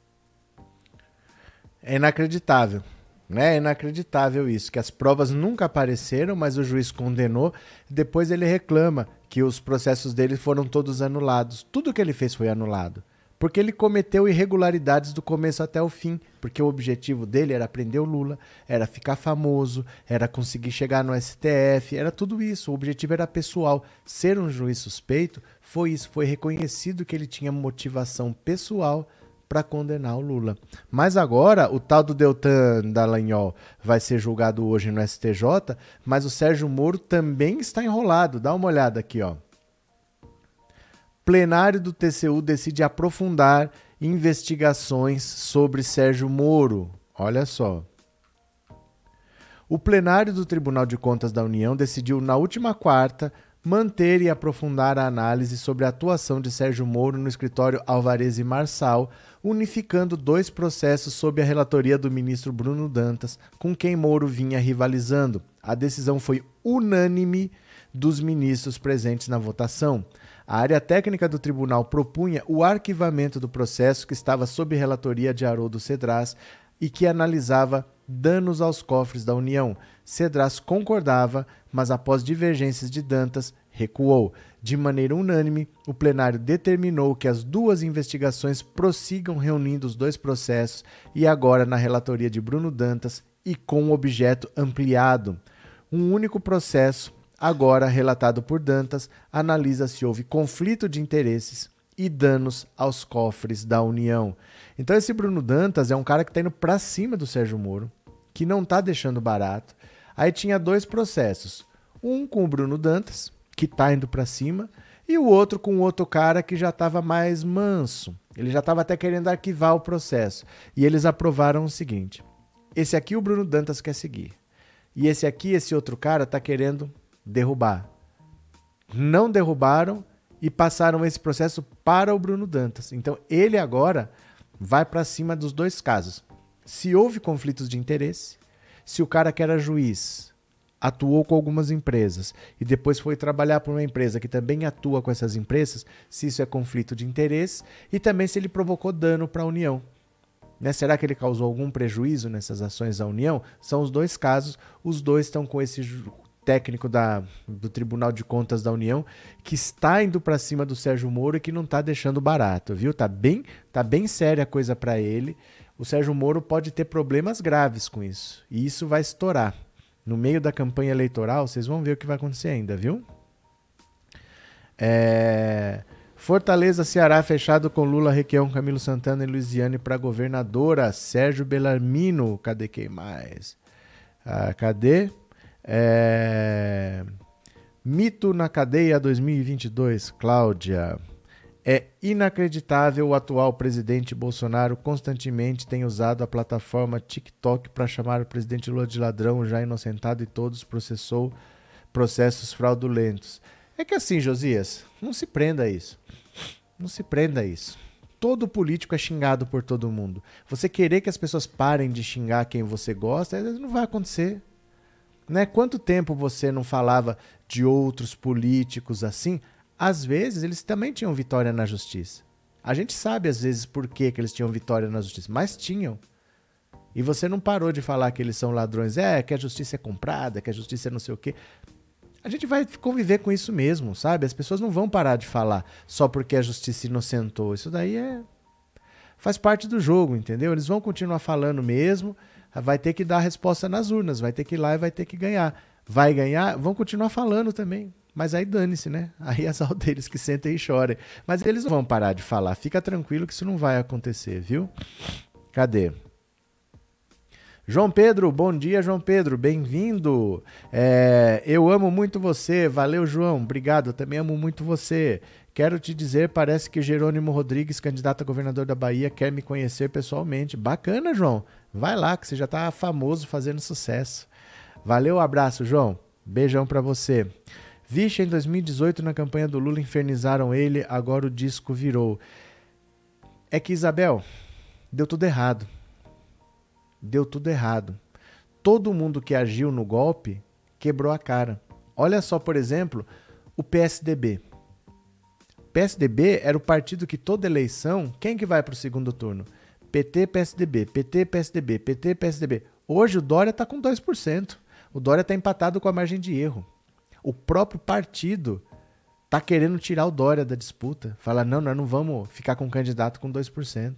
É inacreditável. É inacreditável isso, que as provas nunca apareceram, mas o juiz condenou, depois ele reclama que os processos dele foram todos anulados. Tudo que ele fez foi anulado, porque ele cometeu irregularidades do começo até o fim, porque o objetivo dele era prender o Lula, era ficar famoso, era conseguir chegar no STF, era tudo isso, o objetivo era pessoal. Ser um juiz suspeito foi isso, foi reconhecido que ele tinha motivação pessoal para condenar o Lula. Mas agora, o tal do Deltan Dallagnol vai ser julgado hoje no STJ, mas o Sérgio Moro também está enrolado. Dá uma olhada aqui, ó. Plenário do TCU decide aprofundar investigações sobre Sérgio Moro. Olha só. O plenário do Tribunal de Contas da União decidiu, na última quarta, manter e aprofundar a análise sobre a atuação de Sérgio Moro no escritório Alvarez e Marçal, unificando 2 processos sob a relatoria do ministro Bruno Dantas, com quem Moro vinha rivalizando. A decisão foi unânime dos ministros presentes na votação. A área técnica do tribunal propunha o arquivamento do processo que estava sob relatoria de Haroldo Cedras e que analisava danos aos cofres da União. Cedras concordava, mas após divergências de Dantas, recuou. De maneira unânime, o plenário determinou que as 2 investigações prossigam reunindo os 2 processos e agora na relatoria de Bruno Dantas e com objeto ampliado. Um único processo, agora relatado por Dantas, analisa se houve conflito de interesses e danos aos cofres da União. Então esse Bruno Dantas é um cara que está indo para cima do Sérgio Moro, que não está deixando barato. Aí tinha 2 processos, um com o Bruno Dantas, que está indo para cima, e o outro com outro cara que já estava mais manso. Ele já estava até querendo arquivar o processo. E eles aprovaram o seguinte: esse aqui o Bruno Dantas quer seguir. E esse aqui, esse outro cara, está querendo derrubar. Não derrubaram e passaram esse processo para o Bruno Dantas. Então ele agora vai para cima dos 2 casos. Se houve conflitos de interesse, se o cara que era juiz atuou com algumas empresas e depois foi trabalhar para uma empresa que também atua com essas empresas, se isso é conflito de interesse, e também se ele provocou dano para a União. Né? Será que ele causou algum prejuízo nessas ações da União? São os 2 casos, os 2 estão com esse técnico do Tribunal de Contas da União que está indo para cima do Sérgio Moro e que não está deixando barato, viu? Tá bem séria a coisa para ele. O Sérgio Moro pode ter problemas graves com isso, e isso vai estourar. No meio da campanha eleitoral, vocês vão ver o que vai acontecer ainda, viu? Fortaleza, Ceará, fechado com Lula, Requião, Camilo Santana e Luiziane para governadora. Sérgio Bellarmino, cadê quem mais? Cadê? Mito na cadeia 2022, Cláudia. É inacreditável, o atual presidente Bolsonaro constantemente tem usado a plataforma TikTok para chamar o presidente Lula de ladrão já inocentado e todos processou processos fraudulentos. É que assim, Josias, não se prenda a isso. Não se prenda a isso. Todo político é xingado por todo mundo. Você querer que as pessoas parem de xingar quem você gosta, não vai acontecer. Né? Quanto tempo você não falava de outros políticos assim? Às vezes, eles também tinham vitória na justiça. A gente sabe, às vezes, por que eles tinham vitória na justiça, mas tinham. E você não parou de falar que eles são ladrões. Que a justiça é comprada, que a justiça é não sei o quê. A gente vai conviver com isso mesmo, sabe? As pessoas não vão parar de falar só porque a justiça inocentou. Isso daí faz parte do jogo, entendeu? Eles vão continuar falando mesmo, vai ter que dar a resposta nas urnas, vai ter que ir lá e vai ter que ganhar. Vai ganhar, vão continuar falando também. Mas aí dane-se, né? Aí é azar deles que sentem e chorem. Mas eles não vão parar de falar. Fica tranquilo que isso não vai acontecer, viu? Cadê? João Pedro, bom dia, João Pedro, bem-vindo. Eu amo muito você, valeu, João, obrigado, eu também amo muito você. Quero te dizer, parece que Jerônimo Rodrigues, candidato a governador da Bahia, quer me conhecer pessoalmente. Bacana, João, vai lá que você já tá famoso fazendo sucesso. Valeu, abraço, João, beijão pra você. Vixe, em 2018, na campanha do Lula, infernizaram ele, agora o disco virou. É que, Isabel, deu tudo errado. Deu tudo errado. Todo mundo que agiu no golpe quebrou a cara. Olha só, por exemplo, o PSDB. O PSDB era o partido que toda eleição, quem que vai para o segundo turno? PT, PSDB, PT, PSDB, PT, PSDB. Hoje o Dória está com 2%. O Dória está empatado com a margem de erro. O próprio partido está querendo tirar o Dória da disputa. Fala, não, nós não vamos ficar com um candidato com 2%.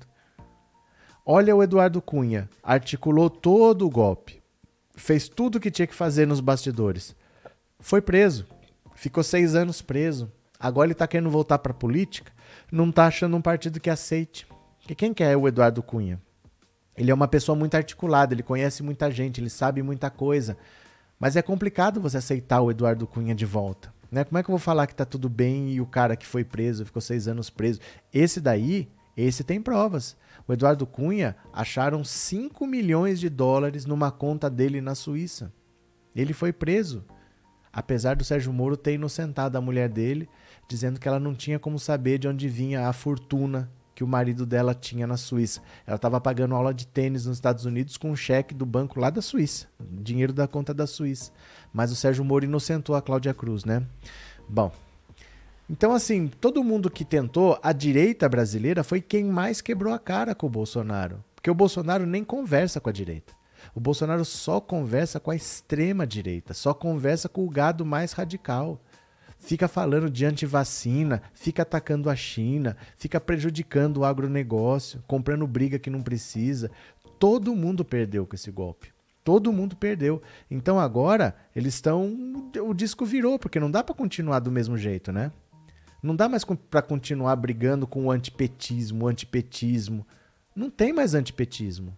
Olha o Eduardo Cunha, articulou todo o golpe, fez tudo o que tinha que fazer nos bastidores. Foi preso, ficou 6 anos preso. Agora ele está querendo voltar para a política, não está achando um partido que aceite. Porque quem que é o Eduardo Cunha? Ele é uma pessoa muito articulada, ele conhece muita gente, ele sabe muita coisa. Mas é complicado você aceitar o Eduardo Cunha de volta. Né? Como é que eu vou falar que está tudo bem e o cara que foi preso, ficou 6 anos preso? Esse tem provas. O Eduardo Cunha acharam 5 milhões de dólares numa conta dele na Suíça. Ele foi preso. Apesar do Sérgio Moro ter inocentado a mulher dele, dizendo que ela não tinha como saber de onde vinha a fortuna que o marido dela tinha na Suíça. Ela estava pagando aula de tênis nos Estados Unidos com um cheque do banco lá da Suíça. Dinheiro da conta da Suíça. Mas o Sérgio Moro inocentou a Cláudia Cruz, né? Bom... Então, assim, todo mundo que tentou, a direita brasileira foi quem mais quebrou a cara com o Bolsonaro. Porque o Bolsonaro nem conversa com a direita. O Bolsonaro só conversa com a extrema direita, só conversa com o gado mais radical. Fica falando de antivacina, fica atacando a China, fica prejudicando o agronegócio, comprando briga que não precisa. Todo mundo perdeu com esse golpe. Todo mundo perdeu. Então agora eles estão... O disco virou, porque não dá para continuar do mesmo jeito, né? Não dá mais para continuar brigando com o antipetismo, o antipetismo. Não tem mais antipetismo.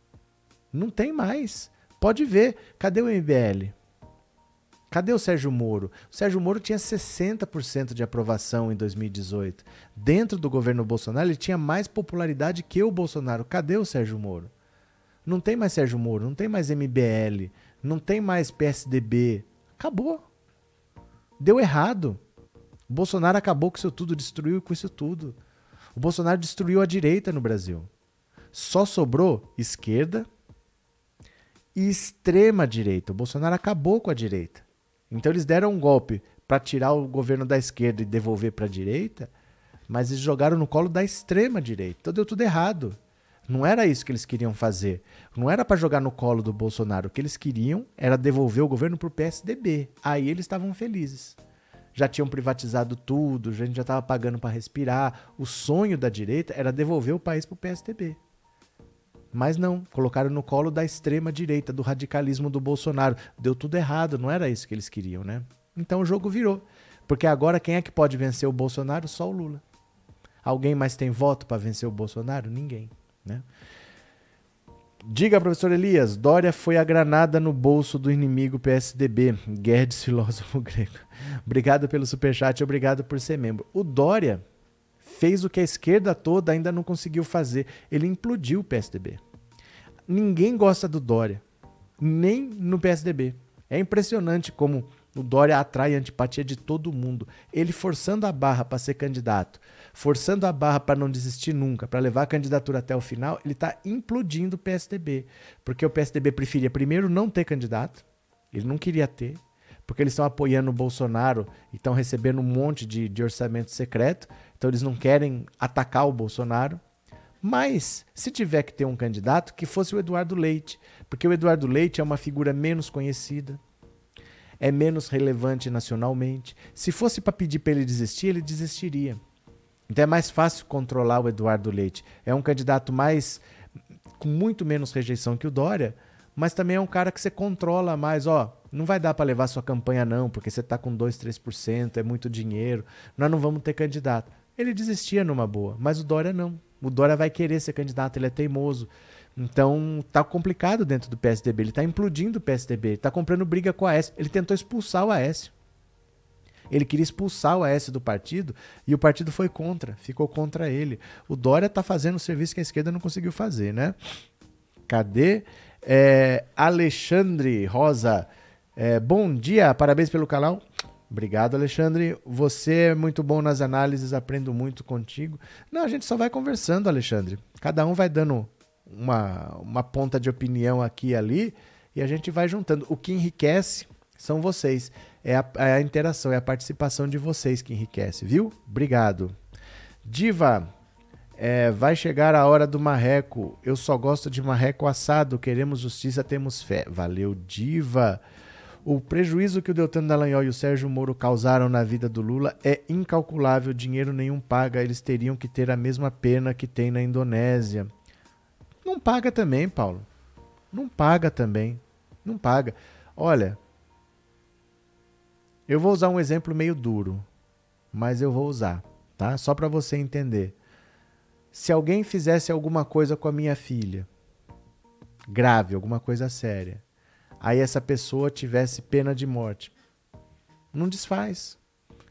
Não tem mais. Pode ver. Cadê o MBL? Cadê o Sérgio Moro? O Sérgio Moro tinha 60% de aprovação em 2018. Dentro do governo Bolsonaro, ele tinha mais popularidade que o Bolsonaro. Cadê o Sérgio Moro? Não tem mais Sérgio Moro, não tem mais MBL, não tem mais PSDB. Acabou. Deu errado. O Bolsonaro acabou com isso tudo, destruiu com isso tudo. O Bolsonaro destruiu a direita no Brasil. Só sobrou esquerda e extrema direita. O Bolsonaro acabou com a direita. Então eles deram um golpe para tirar o governo da esquerda e devolver para a direita, mas eles jogaram no colo da extrema direita. Então deu tudo errado. Não era isso que eles queriam fazer. Não era para jogar no colo do Bolsonaro. O que eles queriam era devolver o governo para o PSDB. Aí eles estavam felizes. Já tinham privatizado tudo, a gente já estava pagando para respirar. O sonho da direita era devolver o país para o PSDB. Mas não, colocaram no colo da extrema direita, do radicalismo do Bolsonaro. Deu tudo errado, não era isso que eles queriam, né? Então o jogo virou. Porque agora quem é que pode vencer o Bolsonaro? Só o Lula. Alguém mais tem voto para vencer o Bolsonaro? Ninguém, né? Diga, professor Elias, Dória foi a granada no bolso do inimigo PSDB. Guedes, filósofo grego. Obrigado pelo superchat, obrigado por ser membro. O Dória fez o que a esquerda toda ainda não conseguiu fazer. Ele implodiu o PSDB. Ninguém gosta do Dória, nem no PSDB. É impressionante como o Dória atrai a antipatia de todo mundo. Ele forçando a barra para ser candidato, forçando a barra para não desistir nunca, para levar a candidatura até o final, ele está implodindo o PSDB. Porque o PSDB preferia primeiro não ter candidato, ele não queria ter, porque eles estão apoiando o Bolsonaro e estão recebendo um monte de orçamento secreto, então eles não querem atacar o Bolsonaro. Mas, se tiver que ter um candidato, que fosse o Eduardo Leite, porque o Eduardo Leite é uma figura menos conhecida, é menos relevante nacionalmente. Se fosse para pedir para ele desistir, ele desistiria. Então é mais fácil controlar o Eduardo Leite. É um candidato com muito menos rejeição que o Dória, mas também é um cara que você controla mais. Não vai dar para levar sua campanha não, porque você está com 2, 3%, é muito dinheiro, nós não vamos ter candidato. Ele desistia numa boa, mas o Dória não. O Dória vai querer ser candidato, ele é teimoso. Então tá complicado dentro do PSDB, ele tá implodindo o PSDB, ele tá comprando briga com o Aécio. Ele tentou expulsar o Aécio. Ele queria expulsar o Aécio do partido e o partido foi contra, ficou contra ele. O Dória tá fazendo o serviço que a esquerda não conseguiu fazer, né? Cadê? Alexandre Rosa, bom dia, parabéns pelo canal. Obrigado, Alexandre. Você é muito bom nas análises, aprendo muito contigo. Não, a gente só vai conversando, Alexandre. Cada um vai dando uma ponta de opinião aqui e ali e a gente vai juntando. O que enriquece são vocês. É a interação, é a participação de vocês que enriquece, viu? Obrigado. Diva, vai chegar a hora do marreco. Eu só gosto de marreco assado. Queremos justiça, temos fé. Valeu, Diva. O prejuízo que o Deltan Dallagnol e o Sérgio Moro causaram na vida do Lula é incalculável. Dinheiro nenhum paga. Eles teriam que ter a mesma pena que tem na Indonésia. Não paga também, Paulo. Não paga também. Não paga. Olha, eu vou usar um exemplo meio duro, mas eu vou usar, tá? Só para você entender. Se alguém fizesse alguma coisa com a minha filha, grave, alguma coisa séria, aí essa pessoa tivesse pena de morte, não desfaz.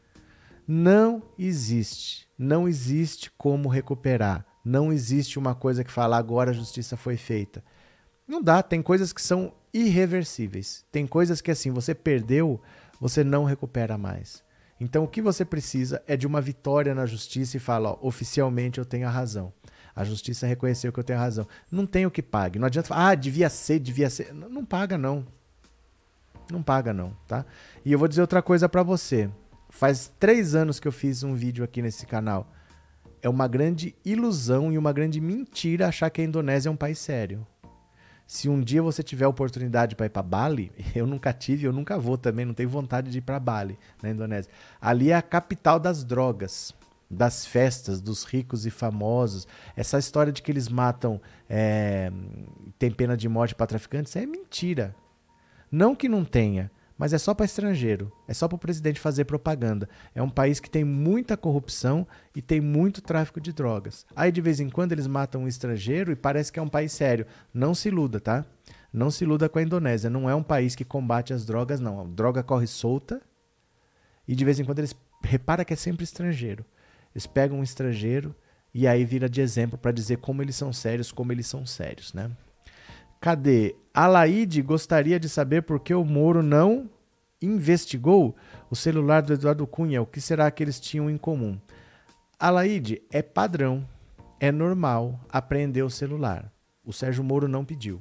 Não existe como recuperar. Não existe uma coisa que fala agora a justiça foi feita. Não dá, tem coisas que são irreversíveis. Tem coisas que assim, você perdeu, você não recupera mais. Então o que você precisa é de uma vitória na justiça e fala, oficialmente eu tenho a razão. A justiça reconheceu que eu tenho a razão. Não tem o que pague. Não adianta falar, devia ser. Não paga não. Não paga não, tá? E eu vou dizer outra coisa pra você. Faz 3 anos que eu fiz um vídeo aqui nesse canal. É uma grande ilusão e uma grande mentira achar que a Indonésia é um país sério. Se um dia você tiver a oportunidade para ir para Bali, eu nunca tive, eu nunca vou também, não tenho vontade de ir para Bali, na Indonésia. Ali é a capital das drogas, das festas, dos ricos e famosos. Essa história de que eles matam, tem pena de morte para traficantes, é mentira. Não que não tenha, mas é só para estrangeiro, é só para o presidente fazer propaganda. É um país que tem muita corrupção e tem muito tráfico de drogas. Aí de vez em quando eles matam um estrangeiro e parece que é um país sério. Não se iluda, tá? Não se iluda com a Indonésia. Não é um país que combate as drogas, não. A droga corre solta e de vez em quando eles reparam que é sempre estrangeiro. Eles pegam um estrangeiro e aí vira de exemplo para dizer como eles são sérios, né? Cadê? Alaide gostaria de saber por que o Moro não investigou o celular do Eduardo Cunha. O que será que eles tinham em comum? Alaide, é padrão, é normal apreender o celular. O Sérgio Moro não pediu.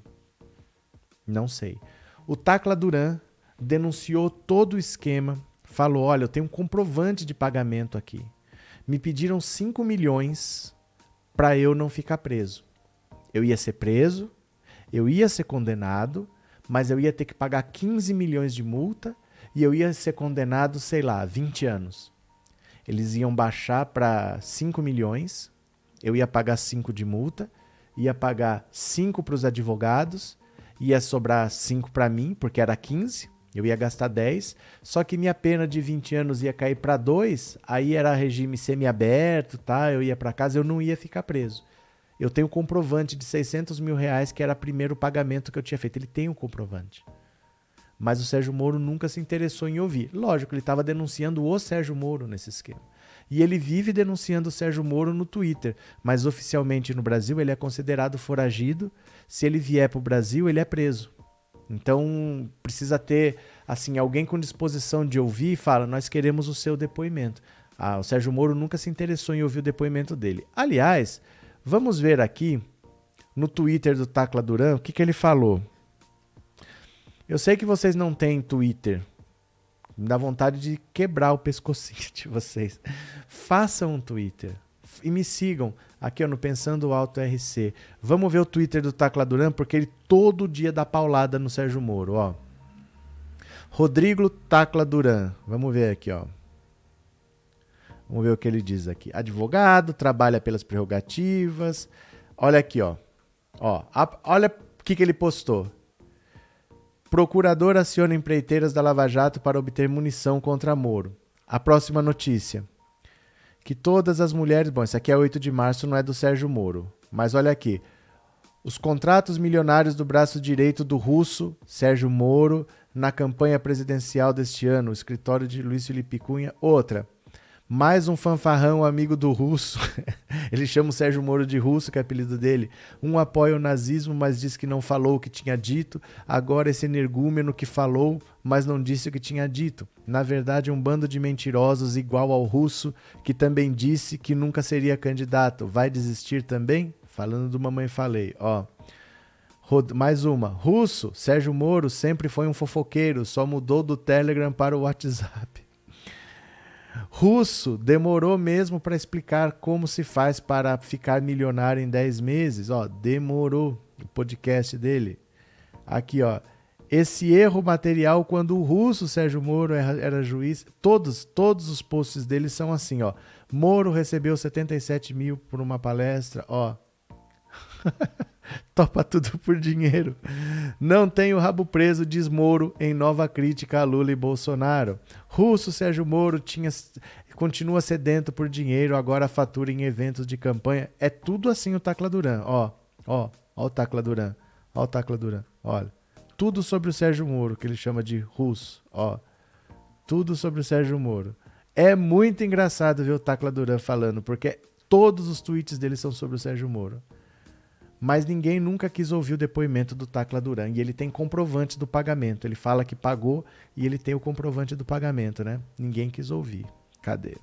Não sei. O Tacla Duran denunciou todo o esquema, falou, olha, eu tenho um comprovante de pagamento aqui. Me pediram 5 milhões para eu não ficar preso. Eu ia ser preso, eu ia ser condenado, mas eu ia ter que pagar 15 milhões de multa e eu ia ser condenado, sei lá, 20 anos. Eles iam baixar para 5 milhões, eu ia pagar 5 de multa, ia pagar 5 para os advogados, ia sobrar 5 para mim, porque era 15, eu ia gastar 10, só que minha pena de 20 anos ia cair para 2, aí era regime semiaberto, tá? Eu ia para casa, eu não ia ficar preso. Eu tenho um comprovante de 600 mil reais, que era o primeiro pagamento que eu tinha feito. Ele tem um comprovante. Mas o Sérgio Moro nunca se interessou em ouvir. Lógico, ele estava denunciando o Sérgio Moro nesse esquema. E ele vive denunciando o Sérgio Moro no Twitter. Mas oficialmente no Brasil ele é considerado foragido. Se ele vier para o Brasil, ele é preso. Então precisa ter assim, alguém com disposição de ouvir e fala, nós queremos o seu depoimento. O Sérgio Moro nunca se interessou em ouvir o depoimento dele. Aliás, vamos ver aqui no Twitter do Tacla Duran o que ele falou. Eu sei que vocês não têm Twitter. Me dá vontade de quebrar o pescocinho de vocês. Façam um Twitter e me sigam aqui no Pensando Alto RC. Vamos ver o Twitter do Tacla Duran, porque ele todo dia dá paulada no Sérgio Moro. Ó. Rodrigo Tacla Duran. Vamos ver aqui, ó. Vamos ver o que ele diz aqui. Advogado, trabalha pelas prerrogativas. Olha aqui, ó. Olha o que ele postou. Procurador aciona empreiteiras da Lava Jato para obter munição contra Moro. A próxima notícia. Que todas as mulheres... Bom, isso aqui é 8 de março, não é do Sérgio Moro. Mas olha aqui. Os contratos milionários do braço direito do russo, Sérgio Moro, na campanha presidencial deste ano. O escritório de Luiz Felipe Cunha. Outra. Mais um fanfarrão amigo do russo. Ele chama o Sérgio Moro de russo, que é o apelido dele. Um apoia o nazismo, mas diz que não falou o que tinha dito. Agora esse energúmeno que falou, mas não disse o que tinha dito. Na verdade, um bando de mentirosos igual ao russo, que também disse que nunca seria candidato. Vai desistir também? Falando do Mamãe Falei, ó. Mais uma. Russo, Sérgio Moro sempre foi um fofoqueiro, só mudou do Telegram para o WhatsApp. Russo demorou mesmo para explicar como se faz para ficar milionário em 10 meses. Ó, demorou o podcast dele. Aqui, ó. Esse erro material quando o russo Sérgio Moro era juiz. Todos os posts dele são assim, ó. Moro recebeu 77 mil por uma palestra, ó. Topa tudo por dinheiro. Não tem o rabo preso, diz Moro em nova crítica a Lula e Bolsonaro. Russo Sérgio Moro continua sedento por dinheiro, agora fatura em eventos de campanha. É tudo assim o Tacla Duran. Ó o Tacla Duran. Ó o Tacla Duran. Olha. Tudo sobre o Sérgio Moro, que ele chama de russo. Ó. Tudo sobre o Sérgio Moro. É muito engraçado ver o Tacla Duran falando, porque todos os tweets dele são sobre o Sérgio Moro. Mas ninguém nunca quis ouvir o depoimento do Tacla Duran. E ele tem comprovante do pagamento. Ele fala que pagou e ele tem o comprovante do pagamento, né? Ninguém quis ouvir. Cadê?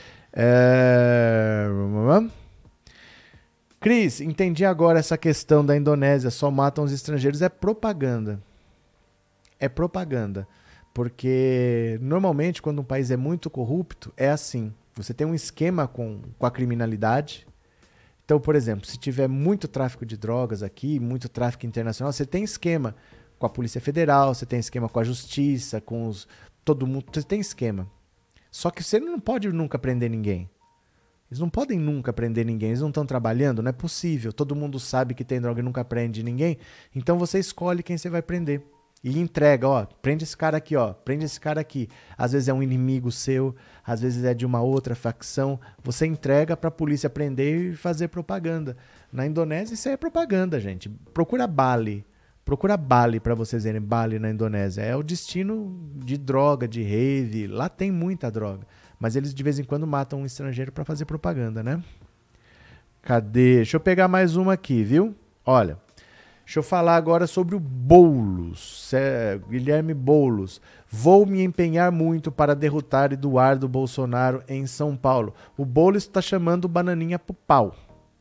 Cris, entendi agora essa questão da Indonésia. Só matam os estrangeiros. É propaganda. É propaganda. Porque normalmente quando um país é muito corrupto, é assim. Você tem um esquema com a criminalidade. Então, por exemplo, se tiver muito tráfico de drogas aqui, muito tráfico internacional, você tem esquema com a Polícia Federal, você tem esquema com a Justiça, todo mundo, você tem esquema. Só que você não pode nunca prender ninguém. Eles não podem nunca prender ninguém, eles não estão trabalhando, não é possível. Todo mundo sabe que tem droga e nunca prende ninguém, então você escolhe quem você vai prender. E entrega, ó, prende esse cara aqui, ó, prende esse cara aqui. Às vezes é um inimigo seu, às vezes é de uma outra facção. Você entrega pra polícia prender e fazer propaganda. Na Indonésia isso aí é propaganda, gente. Procura Bali pra vocês verem Bali na Indonésia. É o destino de droga, de rave. Lá tem muita droga. Mas eles de vez em quando matam um estrangeiro pra fazer propaganda, né? Cadê? Deixa eu pegar mais uma aqui, viu? Olha. Deixa eu falar agora sobre o Boulos, Guilherme Boulos. Vou me empenhar muito para derrotar Eduardo Bolsonaro em São Paulo. O Boulos está chamando Bananinha pro pau.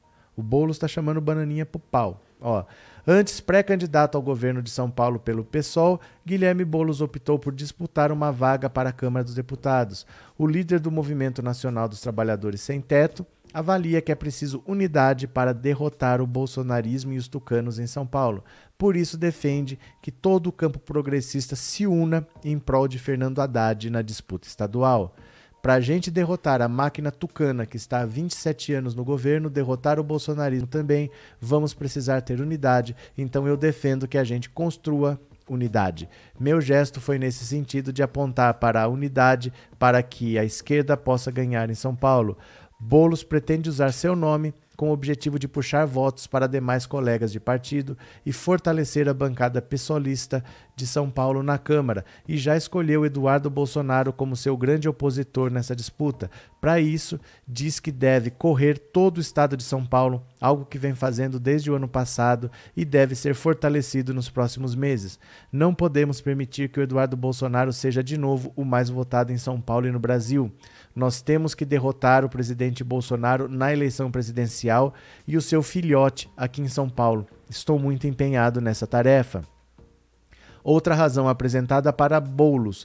Ó, antes pré-candidato ao governo de São Paulo pelo PSOL, Guilherme Boulos optou por disputar uma vaga para a Câmara dos Deputados. O líder do Movimento Nacional dos Trabalhadores Sem Teto avalia que é preciso unidade para derrotar o bolsonarismo e os tucanos em São Paulo. Por isso defende que todo o campo progressista se una em prol de Fernando Haddad na disputa estadual. Para a gente derrotar a máquina tucana que está há 27 anos no governo, derrotar o bolsonarismo também, vamos precisar ter unidade, então eu defendo que a gente construa unidade. Meu gesto foi nesse sentido de apontar para a unidade para que a esquerda possa ganhar em São Paulo. Boulos pretende usar seu nome com o objetivo de puxar votos para demais colegas de partido e fortalecer a bancada pessoalista de São Paulo na Câmara, e já escolheu Eduardo Bolsonaro como seu grande opositor nessa disputa. Para isso, diz que deve correr todo o estado de São Paulo, algo que vem fazendo desde o ano passado e deve ser fortalecido nos próximos meses. Não podemos permitir que o Eduardo Bolsonaro seja de novo o mais votado em São Paulo e no Brasil. Nós temos que derrotar o presidente Bolsonaro na eleição presidencial e o seu filhote aqui em São Paulo. Estou muito empenhado nessa tarefa. Outra razão apresentada para Boulos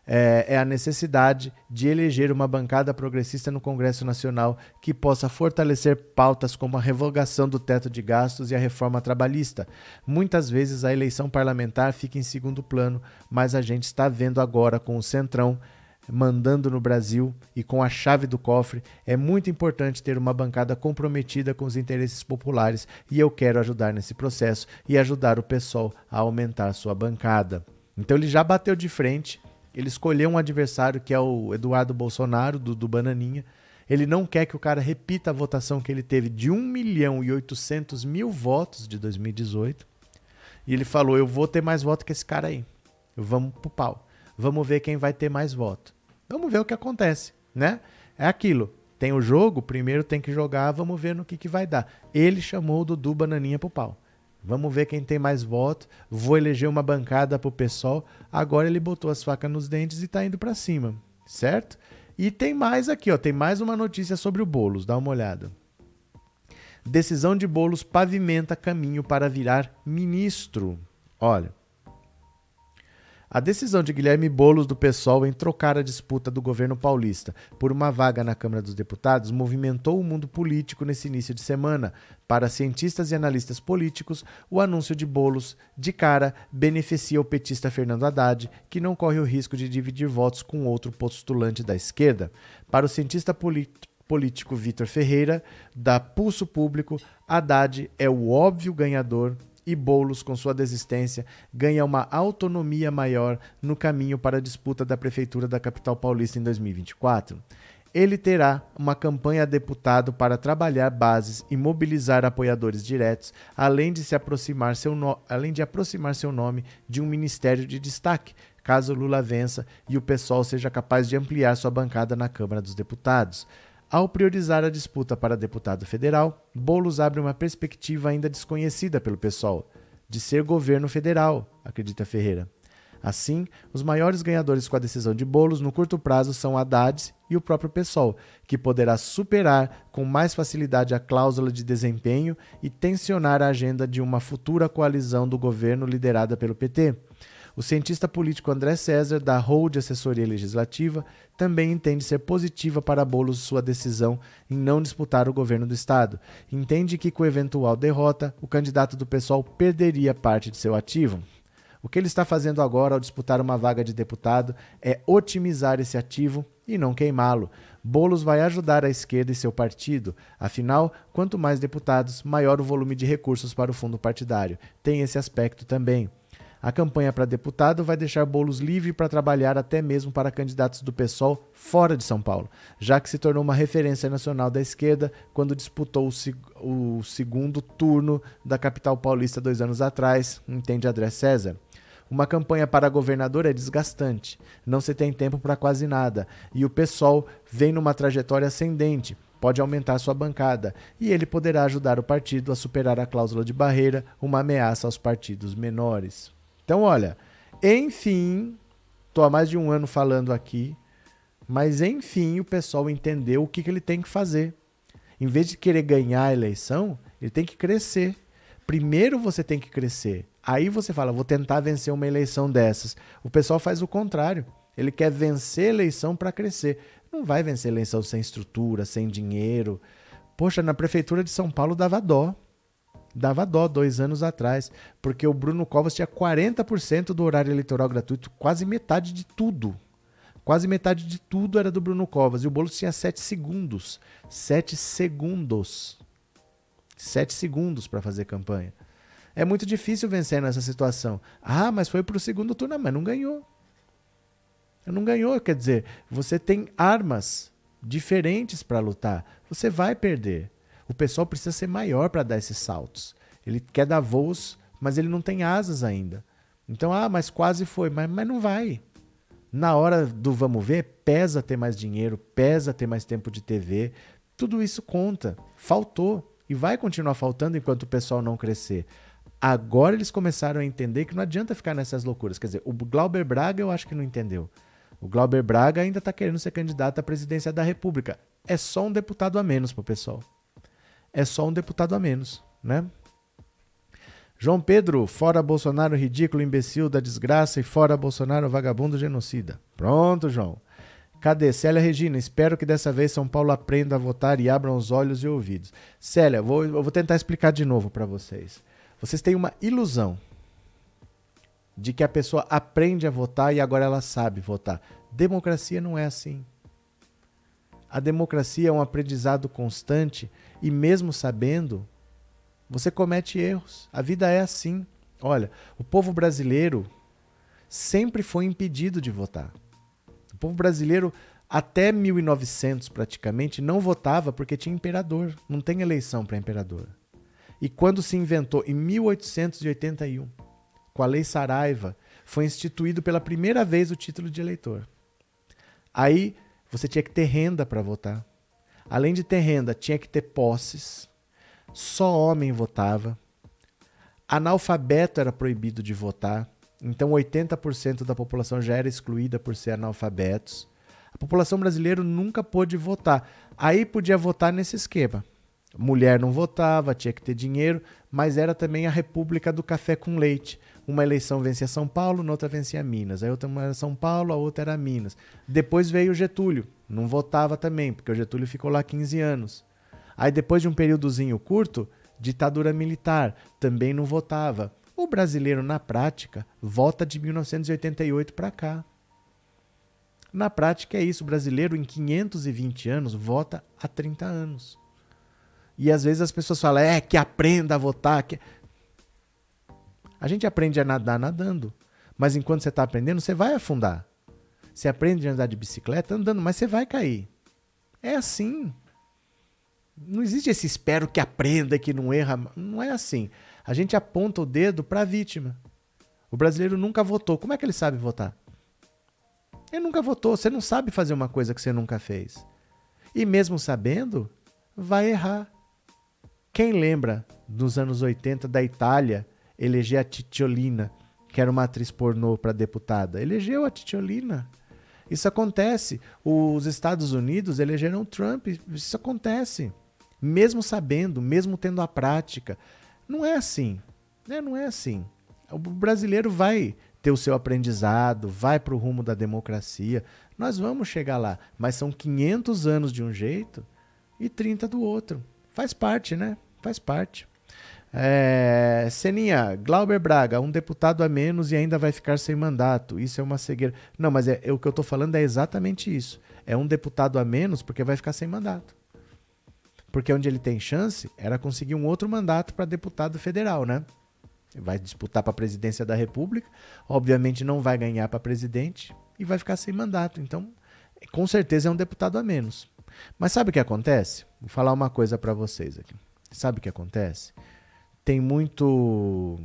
é a necessidade de eleger uma bancada progressista no Congresso Nacional que possa fortalecer pautas como a revogação do teto de gastos e a reforma trabalhista. Muitas vezes a eleição parlamentar fica em segundo plano, mas a gente está vendo agora com o Centrão mandando no Brasil e com a chave do cofre, é muito importante ter uma bancada comprometida com os interesses populares e eu quero ajudar nesse processo e ajudar o PSOL a aumentar sua bancada. Então ele já bateu de frente, ele escolheu um adversário que é o Eduardo Bolsonaro, do Bananinha. Ele não quer que o cara repita a votação que ele teve de 1.800.000 votos de 2018. E ele falou, eu vou ter mais voto que esse cara aí. Vamos pro pau. Vamos ver quem vai ter mais voto. Vamos ver o que acontece, né? É aquilo. Tem o jogo, primeiro tem que jogar, vamos ver no que vai dar. Ele chamou o Dudu Bananinha pro pau. Vamos ver quem tem mais voto. Vou eleger uma bancada pro PSOL. Agora ele botou as facas nos dentes e tá indo pra cima, certo? E tem mais aqui, ó. Tem mais uma notícia sobre o Boulos. Dá uma olhada. Decisão de Boulos pavimenta caminho para virar ministro. Olha. A decisão de Guilherme Boulos do PSOL em trocar a disputa do governo paulista por uma vaga na Câmara dos Deputados movimentou o mundo político nesse início de semana. Para cientistas e analistas políticos, o anúncio de Boulos, de cara, beneficia o petista Fernando Haddad, que não corre o risco de dividir votos com outro postulante da esquerda. Para o cientista político Vitor Ferreira, da Pulso Público, Haddad é o óbvio ganhador e Boulos, com sua desistência, ganha uma autonomia maior no caminho para a disputa da prefeitura da capital paulista em 2024. Ele terá uma campanha a deputado para trabalhar bases e mobilizar apoiadores diretos, além de aproximar seu nome de um ministério de destaque, caso Lula vença e o PSOL seja capaz de ampliar sua bancada na Câmara dos Deputados. Ao priorizar a disputa para deputado federal, Boulos abre uma perspectiva ainda desconhecida pelo PSOL, de ser governo federal, acredita Ferreira. Assim, os maiores ganhadores com a decisão de Boulos no curto prazo são Haddad e o próprio PSOL, que poderá superar com mais facilidade a cláusula de desempenho e tensionar a agenda de uma futura coalizão do governo liderada pelo PT. O cientista político André César, da Hold Assessoria Legislativa, também entende ser positiva para Boulos sua decisão em não disputar o governo do Estado. Entende que, com eventual derrota, o candidato do PSOL perderia parte de seu ativo. O que ele está fazendo agora ao disputar uma vaga de deputado é otimizar esse ativo e não queimá-lo. Boulos vai ajudar a esquerda e seu partido. Afinal, quanto mais deputados, maior o volume de recursos para o fundo partidário. Tem esse aspecto também. A campanha para deputado vai deixar Boulos livre para trabalhar até mesmo para candidatos do PSOL fora de São Paulo, já que se tornou uma referência nacional da esquerda quando disputou o segundo turno da capital paulista 2 anos atrás, entende André César. Uma campanha para governador é desgastante, não se tem tempo para quase nada, e o PSOL vem numa trajetória ascendente, pode aumentar sua bancada, e ele poderá ajudar o partido a superar a cláusula de barreira, uma ameaça aos partidos menores. Então, olha, enfim, estou há mais de um ano falando aqui, mas enfim o pessoal entendeu o que ele tem que fazer. Em vez de querer ganhar a eleição, ele tem que crescer. Primeiro você tem que crescer. Aí você fala, vou tentar vencer uma eleição dessas. O pessoal faz o contrário. Ele quer vencer a eleição para crescer. Não vai vencer a eleição sem estrutura, sem dinheiro. Poxa, na prefeitura de São Paulo dava dó. Dava dó 2 anos atrás, porque o Bruno Covas tinha 40% do horário eleitoral gratuito, quase metade de tudo. Quase metade de tudo era do Bruno Covas, e o Boulos tinha 7 segundos. 7 segundos. 7 segundos para fazer campanha. É muito difícil vencer nessa situação. Ah, mas foi para o segundo turno, mas não ganhou. Não ganhou, quer dizer, você tem armas diferentes para lutar. Você vai perder. O pessoal precisa ser maior para dar esses saltos. Ele quer dar voos, mas ele não tem asas ainda. Então, mas quase foi. Mas não vai. Na hora do vamos ver, pesa ter mais dinheiro, pesa ter mais tempo de TV. Tudo isso conta. Faltou. E vai continuar faltando enquanto o pessoal não crescer. Agora eles começaram a entender que não adianta ficar nessas loucuras. Quer dizer, o Glauber Braga eu acho que não entendeu. O Glauber Braga ainda está querendo ser candidato à presidência da República. É só um deputado a menos para o pessoal. É só um deputado a menos, né? João Pedro, fora Bolsonaro ridículo, imbecil da desgraça e fora Bolsonaro vagabundo genocida. Pronto, João. Cadê? Célia Regina, espero que dessa vez São Paulo aprenda a votar e abram os olhos e ouvidos. Célia, eu vou tentar explicar de novo para vocês. Vocês têm uma ilusão de que a pessoa aprende a votar e agora ela sabe votar. Democracia não é assim. A democracia é um aprendizado constante e mesmo sabendo, você comete erros. A vida é assim. Olha, o povo brasileiro sempre foi impedido de votar. O povo brasileiro, até 1900 praticamente, não votava porque tinha imperador. Não tem eleição para imperador. E quando se inventou, em 1881, com a Lei Saraiva, foi instituído pela primeira vez o título de eleitor. Aí você tinha que ter renda para votar. Além de ter renda, tinha que ter posses. Só homem votava. Analfabeto era proibido de votar. Então 80% da população já era excluída por ser analfabetos. A população brasileira nunca pôde votar. Aí podia votar nesse esquema. Mulher não votava, tinha que ter dinheiro, mas era também a República do Café com Leite. Uma eleição vencia São Paulo, na outra vencia Minas. Aí outra era São Paulo, a outra era Minas. Depois veio o Getúlio. Não votava também, porque o Getúlio ficou lá 15 anos. Aí depois de um períodozinho curto, ditadura militar. Também não votava. O brasileiro, na prática, vota de 1988 para cá. Na prática é isso. O brasileiro, em 520 anos, vota há 30 anos. E às vezes as pessoas falam, que aprenda a votar. A gente aprende a nadar nadando. Mas enquanto você está aprendendo, você vai afundar. Você aprende a andar de bicicleta andando, mas você vai cair. É assim. Não existe esse espero que aprenda, que não erra. Não é assim. A gente aponta o dedo para a vítima. O brasileiro nunca votou. Como é que ele sabe votar? Ele nunca votou. Você não sabe fazer uma coisa que você nunca fez. E mesmo sabendo, vai errar. Quem lembra dos anos 80 da Itália eleger a Cicciolina, que era uma atriz pornô para deputada? Elegeu a Cicciolina. Isso acontece. Os Estados Unidos elegeram Trump. Isso acontece. Mesmo sabendo, mesmo tendo a prática. Não é assim. Não é assim. O brasileiro vai ter o seu aprendizado, vai para o rumo da democracia. Nós vamos chegar lá. Mas são 500 anos de um jeito e 30 do outro. Faz parte, né? Faz parte. Seninha, Glauber Braga, um deputado a menos e ainda vai ficar sem mandato. Isso é uma cegueira. Não, mas o que eu estou falando é exatamente isso. É um deputado a menos porque vai ficar sem mandato. Porque onde ele tem chance era conseguir um outro mandato para deputado federal, né? Vai disputar para a presidência da República, obviamente não vai ganhar para presidente e vai ficar sem mandato. Então, com certeza é um deputado a menos. Mas sabe o que acontece? Vou falar uma coisa para vocês aqui. Sabe o que acontece? Tem muito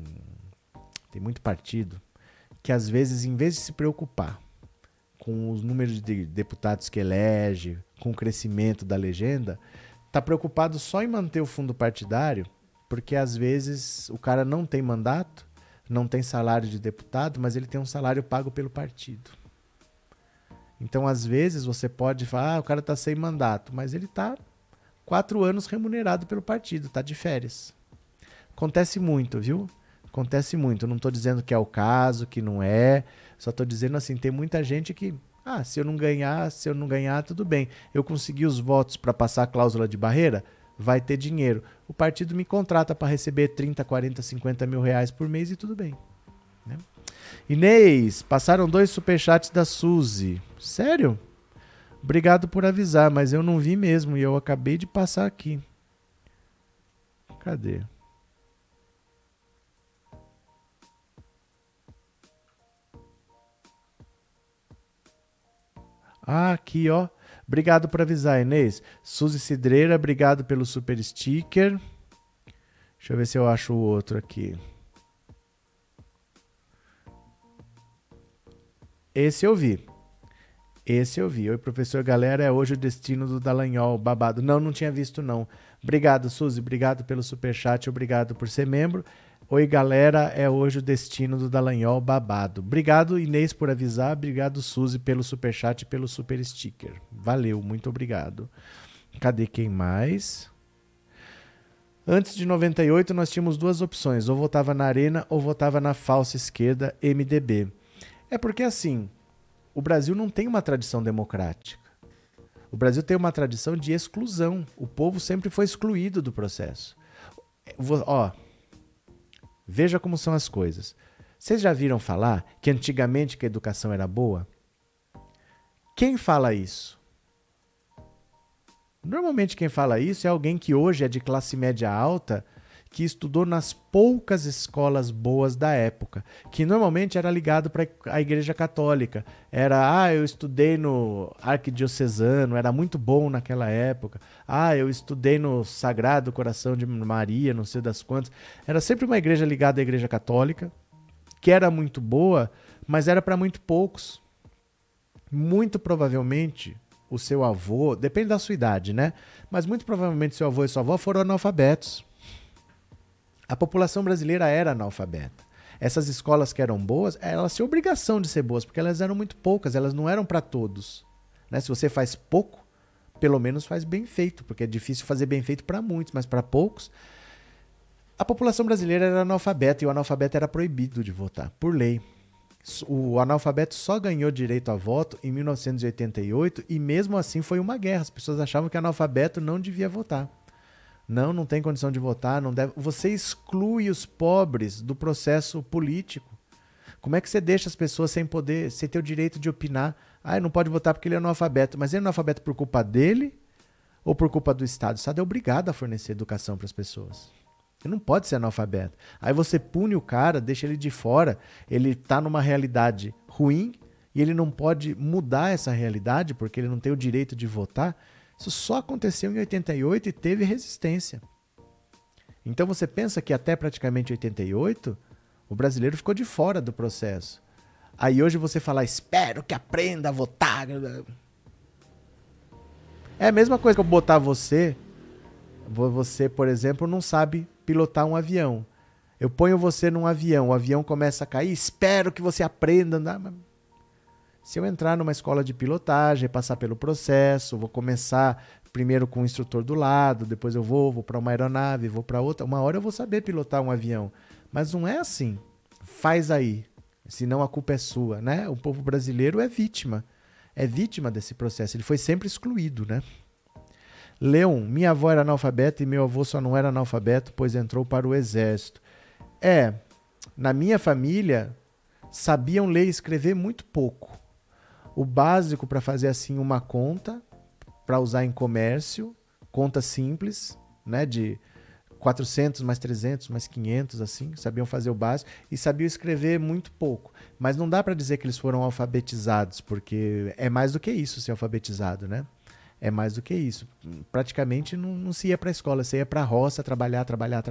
partido que às vezes, em vez de se preocupar com os números de deputados que elege, com o crescimento da legenda, está preocupado só em manter o fundo partidário, porque às vezes o cara não tem mandato, não tem salário de deputado, mas ele tem um salário pago pelo partido. Então, às vezes, você pode falar, o cara está sem mandato, mas ele está 4 anos remunerado pelo partido, está de férias. Acontece muito, viu? Acontece muito. Eu não estou dizendo que é o caso, que não é. Só estou dizendo assim, tem muita gente que, se eu não ganhar, tudo bem. Eu consegui os votos para passar a cláusula de barreira, vai ter dinheiro. O partido me contrata para receber 30, 40, 50 mil reais por mês e tudo bem. Né? Inês, passaram 2 superchats da Suzy. Sério? Obrigado por avisar, mas eu não vi mesmo e eu acabei de passar aqui. Cadê? Aqui, ó. Obrigado por avisar, Inês. Suzy Cidreira, obrigado pelo super sticker. Deixa eu ver se eu acho o outro aqui. Esse eu vi. Oi, professor, galera, é hoje o destino do Dallagnol, babado. Não tinha visto, não. Obrigado, Suzy, obrigado pelo superchat, obrigado por ser membro. Oi, galera, é hoje o destino do Dallagnol, babado. Obrigado, Inês, por avisar. Obrigado, Suzy, pelo superchat e pelo super sticker. Valeu, muito obrigado. Cadê quem mais? Antes de 98, nós tínhamos duas opções. Ou votava na Arena ou votava na falsa esquerda MDB. É porque, assim, o Brasil não tem uma tradição democrática. O Brasil tem uma tradição de exclusão. O povo sempre foi excluído do processo. Ó, veja como são as coisas. Vocês já viram falar que antigamente que a educação era boa? Quem fala isso? Normalmente quem fala isso é alguém que hoje é de classe média alta, que estudou nas poucas escolas boas da época, que normalmente era ligado para a Igreja Católica. Eu estudei no Arquidiocesano, era muito bom naquela época. Eu estudei no Sagrado Coração de Maria, não sei das quantas. Era sempre uma igreja ligada à Igreja Católica, que era muito boa, mas era para muito poucos. Muito provavelmente o seu avô, depende da sua idade, né? Mas muito provavelmente seu avô e sua avó foram analfabetos. A população brasileira era analfabeta. Essas escolas que eram boas, elas tinham obrigação de ser boas, porque elas eram muito poucas, elas não eram para todos. Né? Se você faz pouco, pelo menos faz bem feito, porque é difícil fazer bem feito para muitos, mas para poucos. A população brasileira era analfabeta e o analfabeto era proibido de votar, por lei. O analfabeto só ganhou direito a voto em 1988 e mesmo assim foi uma guerra. As pessoas achavam que analfabeto não devia votar. Não tem condição de votar, não deve. Você exclui os pobres do processo político. Como é que você deixa as pessoas sem poder, sem ter o direito de opinar? Ele não pode votar porque ele é analfabeto. Mas ele é analfabeto por culpa dele ou por culpa do Estado? O Estado é obrigado a fornecer educação para as pessoas. Ele não pode ser analfabeto. Aí você pune o cara, deixa ele de fora, ele está numa realidade ruim e ele não pode mudar essa realidade porque ele não tem o direito de votar. Isso só aconteceu em 88 e teve resistência. Então você pensa que até praticamente 88, o brasileiro ficou de fora do processo. Aí hoje você fala, espero que aprenda a votar. É a mesma coisa que eu botar você, por exemplo, não sabe pilotar um avião. Eu ponho você num avião, o avião começa a cair, espero que você aprenda a andar. Se eu entrar numa escola de pilotagem, passar pelo processo, vou começar primeiro com o instrutor do lado, depois eu vou para uma aeronave, vou para outra. Uma hora eu vou saber pilotar um avião. Mas não é assim. Faz aí, senão a culpa é sua, né? O povo brasileiro é vítima desse processo. Ele foi sempre excluído, né? Leon, minha avó era analfabeta e meu avô só não era analfabeto, pois entrou para o exército. Na minha família, sabiam ler e escrever muito pouco. O básico para fazer assim uma conta, para usar em comércio, conta simples, né, de 400 mais 300 mais 500, assim, sabiam fazer o básico e sabiam escrever muito pouco. Mas não dá para dizer que eles foram alfabetizados, porque é mais do que isso ser alfabetizado, né? É mais do que isso. Praticamente não se ia para a escola, você ia para a roça trabalhar.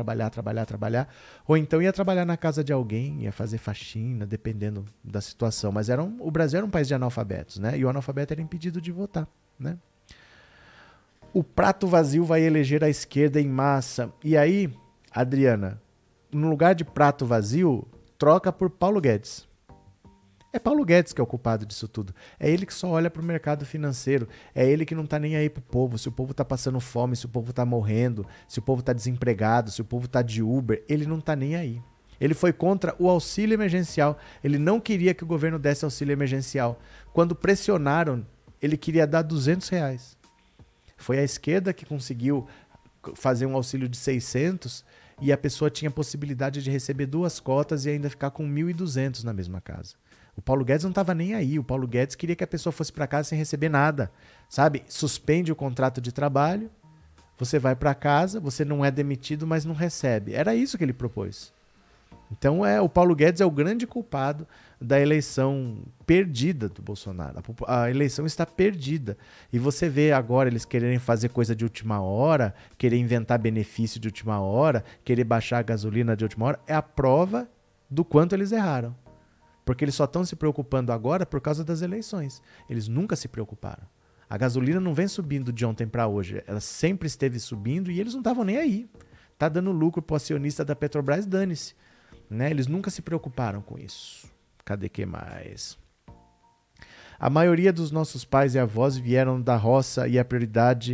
Ou então ia trabalhar na casa de alguém, ia fazer faxina, dependendo da situação. Mas o Brasil era um país de analfabetos, né? E o analfabeto era impedido de votar, né? O prato vazio vai eleger a esquerda em massa. E aí, Adriana, no lugar de prato vazio, troca por Paulo Guedes. É Paulo Guedes que é o culpado disso tudo. É ele que só olha para o mercado financeiro. É ele que não está nem aí para o povo. Se o povo está passando fome, se o povo está morrendo, se o povo está desempregado, se o povo está de Uber, ele não está nem aí. Ele foi contra o auxílio emergencial. Ele não queria que o governo desse auxílio emergencial. Quando pressionaram, ele queria dar R$200. Foi a esquerda que conseguiu fazer um auxílio de 600 e a pessoa tinha possibilidade de receber 2 cotas e ainda ficar com 1.200 na mesma casa. O Paulo Guedes não estava nem aí. O Paulo Guedes queria que a pessoa fosse para casa sem receber nada. Sabe? Suspende o contrato de trabalho, você vai para casa, você não é demitido, mas não recebe. Era isso que ele propôs. Então o Paulo Guedes é o grande culpado da eleição perdida do Bolsonaro. A eleição está perdida. E você vê agora eles quererem fazer coisa de última hora, querer inventar benefício de última hora, querer baixar a gasolina de última hora. É a prova do quanto eles erraram. Porque eles só estão se preocupando agora por causa das eleições. Eles nunca se preocuparam. A gasolina não vem subindo de ontem para hoje. Ela sempre esteve subindo e eles não estavam nem aí. Tá dando lucro para o acionista da Petrobras, dane-se. Né? Eles nunca se preocuparam com isso. Cadê que mais? A maioria dos nossos pais e avós vieram da roça e a prioridade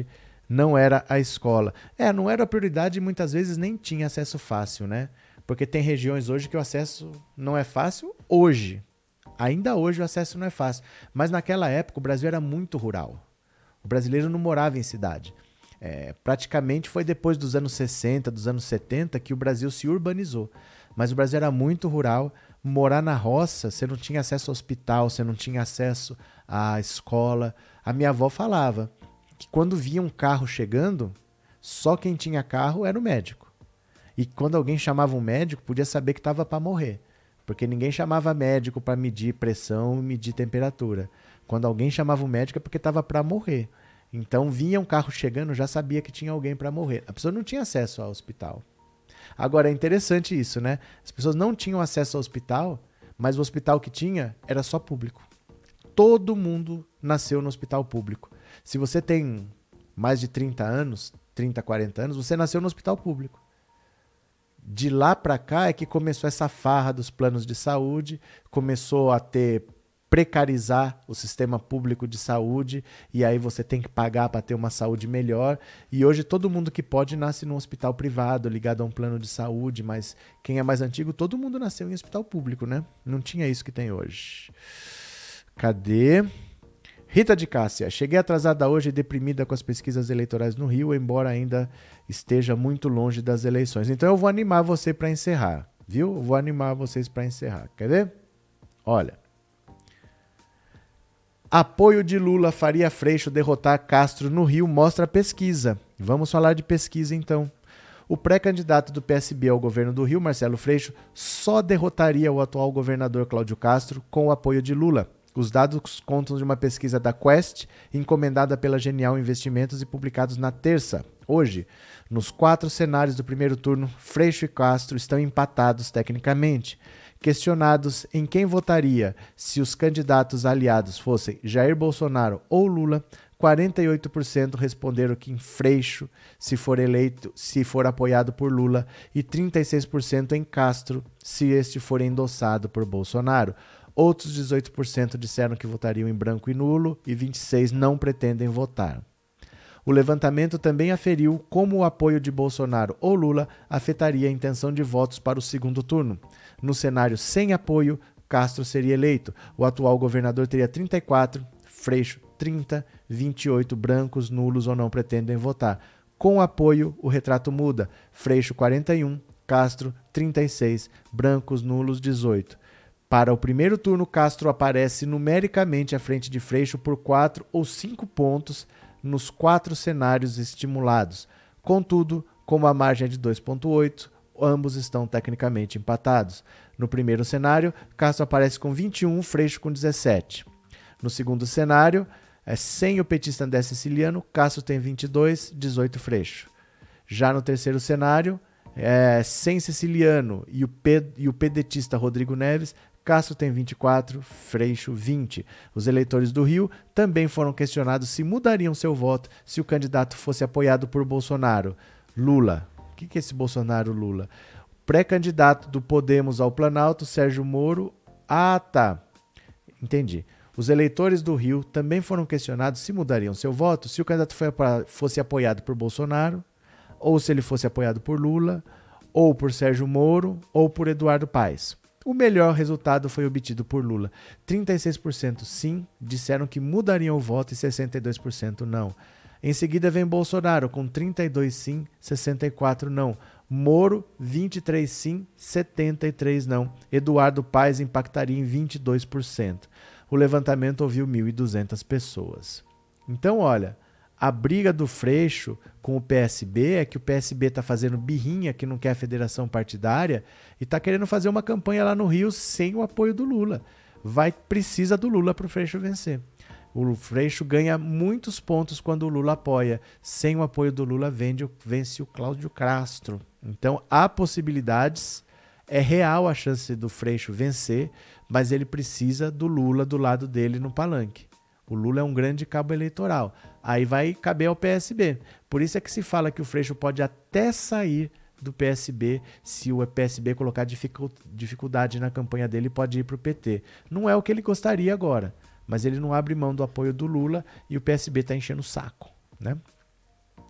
não era a escola. Não era a prioridade e muitas vezes nem tinha acesso fácil, né? Porque tem regiões hoje que o acesso não é fácil hoje. Ainda hoje o acesso não é fácil. Mas naquela época o Brasil era muito rural. O brasileiro não morava em cidade. Praticamente foi depois dos anos 60, dos anos 70 que o Brasil se urbanizou. Mas o Brasil era muito rural. Morar na roça, você não tinha acesso ao hospital, você não tinha acesso à escola. A minha avó falava que quando via um carro chegando, só quem tinha carro era o médico. E quando alguém chamava um médico, podia saber que estava para morrer. Porque ninguém chamava médico para medir pressão e medir temperatura. Quando alguém chamava o médico é porque estava para morrer. Então vinha um carro chegando, já sabia que tinha alguém para morrer. A pessoa não tinha acesso ao hospital. Agora é interessante isso, né? As pessoas não tinham acesso ao hospital, mas o hospital que tinha era só público. Todo mundo nasceu no hospital público. Se você tem mais de 30 anos, 30, 40 anos, você nasceu no hospital público. De lá para cá é que começou essa farra dos planos de saúde, começou a precarizar o sistema público de saúde, e aí você tem que pagar para ter uma saúde melhor. E hoje todo mundo que pode nasce num hospital privado, ligado a um plano de saúde, mas quem é mais antigo, todo mundo nasceu em hospital público, né? Não tinha isso que tem hoje. Cadê? Rita de Cássia, cheguei atrasada hoje e deprimida com as pesquisas eleitorais no Rio, embora ainda esteja muito longe das eleições. Então eu vou animar você para encerrar, viu? Eu vou animar vocês para encerrar. Quer ver? Olha. Apoio de Lula faria Freixo derrotar Castro no Rio, mostra a pesquisa. Vamos falar de pesquisa então. O pré-candidato do PSB ao governo do Rio, Marcelo Freixo, só derrotaria o atual governador Cláudio Castro com o apoio de Lula. Os dados contam de uma pesquisa da Quest, encomendada pela Genial Investimentos e publicados na terça. Hoje, nos 4 cenários do primeiro turno, Freixo e Castro estão empatados tecnicamente. Questionados em quem votaria se os candidatos aliados fossem Jair Bolsonaro ou Lula, 48% responderam que em Freixo, se for eleito, se for apoiado por Lula, e 36% em Castro, se este for endossado por Bolsonaro. Outros 18% disseram que votariam em branco e nulo e 26% não pretendem votar. O levantamento também aferiu como o apoio de Bolsonaro ou Lula afetaria a intenção de votos para o segundo turno. No cenário sem apoio, Castro seria eleito. O atual governador teria 34, Freixo 30, 28 brancos, nulos ou não pretendem votar. Com apoio, o retrato muda. Freixo 41, Castro 36, brancos, nulos 18. Para o primeiro turno, Castro aparece numericamente à frente de Freixo por 4 ou 5 pontos nos 4 cenários estimulados. Contudo, como a margem é de 2,8, ambos estão tecnicamente empatados. No primeiro cenário, Castro aparece com 21, Freixo com 17. No segundo cenário, sem o petista André Siciliano, Castro tem 22, 18 Freixo. Já no terceiro cenário, sem Siciliano e o pedetista Rodrigo Neves, Castro tem 24, Freixo 20. Os eleitores do Rio também foram questionados se mudariam seu voto se o candidato fosse apoiado por Bolsonaro. Lula. O que é esse Bolsonaro Lula? Pré-candidato do Podemos ao Planalto, Sérgio Moro. Ah, tá. Entendi. Os eleitores do Rio também foram questionados se mudariam seu voto se o candidato fosse apoiado por Bolsonaro, ou se ele fosse apoiado por Lula, ou por Sérgio Moro, ou por Eduardo Paes. O melhor resultado foi obtido por Lula. 36% sim, disseram que mudariam o voto e 62% não. Em seguida vem Bolsonaro, com 32 sim, 64 não. Moro, 23 sim, 73 não. Eduardo Paes impactaria em 22%. O levantamento ouviu 1.200 pessoas. Então, olha, a briga do Freixo com o PSB é que o PSB está fazendo birrinha, que não quer a federação partidária, e está querendo fazer uma campanha lá no Rio sem o apoio do Lula. Precisa do Lula para o Freixo vencer. O Freixo ganha muitos pontos quando o Lula apoia. Sem o apoio do Lula, vence o Cláudio Castro. Então, há possibilidades, é real a chance do Freixo vencer, mas ele precisa do Lula do lado dele no palanque. O Lula é um grande cabo eleitoral. Aí vai caber ao PSB. Por isso é que se fala que o Freixo pode até sair do PSB se o PSB colocar dificuldade na campanha dele, pode ir para o PT. Não é o que ele gostaria agora, mas ele não abre mão do apoio do Lula e o PSB está enchendo o saco, né?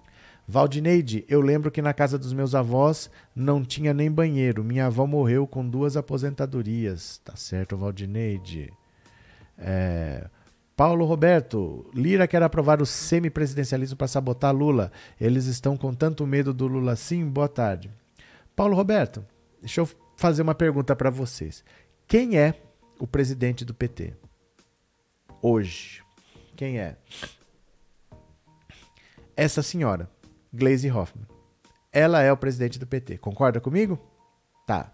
Valdineide, eu lembro que na casa dos meus avós não tinha nem banheiro. Minha avó morreu com 2 aposentadorias. Tá certo, Valdineide. Paulo Roberto, Lira quer aprovar o semipresidencialismo para sabotar Lula. Eles estão com tanto medo do Lula assim? Boa tarde. Paulo Roberto, deixa eu fazer uma pergunta para vocês. Quem é o presidente do PT hoje? Quem é? Essa senhora, Gleisi Hoffmann. Ela é o presidente do PT. Concorda comigo? Tá.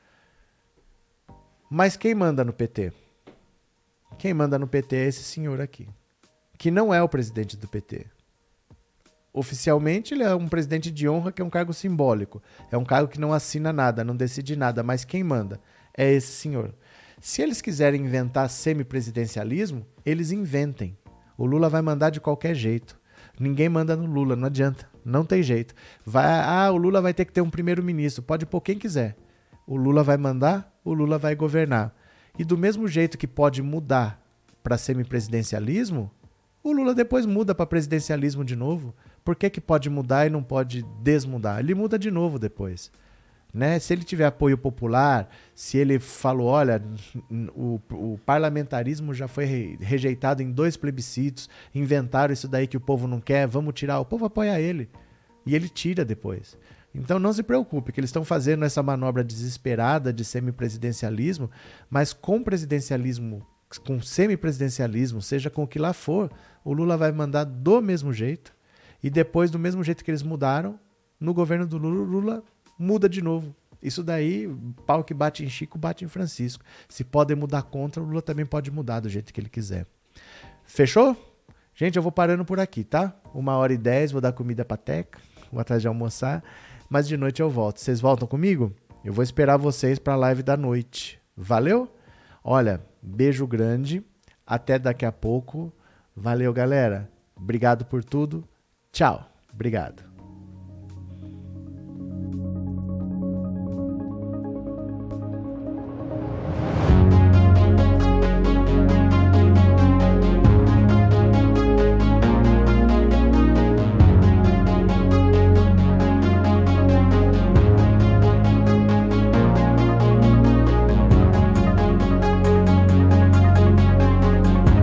Mas quem manda no PT? Quem manda no PT é esse senhor aqui, que não é o presidente do PT. Oficialmente, ele é um presidente de honra, que é um cargo simbólico. É um cargo que não assina nada, não decide nada, mas quem manda é esse senhor. Se eles quiserem inventar semipresidencialismo, eles inventem. O Lula vai mandar de qualquer jeito. Ninguém manda no Lula, não adianta, não tem jeito. O Lula vai ter que ter um primeiro-ministro, pode pôr quem quiser. O Lula vai mandar, o Lula vai governar. E do mesmo jeito que pode mudar para semipresidencialismo, o Lula depois muda para presidencialismo de novo. Por que pode mudar e não pode desmudar? Ele muda de novo depois. Né? Se ele tiver apoio popular, se ele falou, olha, o parlamentarismo já foi rejeitado em 2 plebiscitos, inventaram isso daí que o povo não quer, vamos tirar, o povo apoia ele. E ele tira depois. Então não se preocupe, que eles estão fazendo essa manobra desesperada de semipresidencialismo, mas com presidencialismo, com semipresidencialismo, seja com o que lá for, o Lula vai mandar do mesmo jeito, e depois, do mesmo jeito que eles mudaram, no governo do Lula, o Lula muda de novo. Isso daí, pau que bate em Chico, bate em Francisco. Se podem mudar contra, o Lula também pode mudar do jeito que ele quiser. Fechou? Gente, eu vou parando por aqui, tá? 1h10, vou dar comida pra Teca, vou atrás de almoçar, mas de noite eu volto. Vocês voltam comigo? Eu vou esperar vocês pra live da noite. Valeu? Olha, beijo grande, até daqui a pouco. Valeu, galera. Obrigado por tudo. Tchau. Obrigado.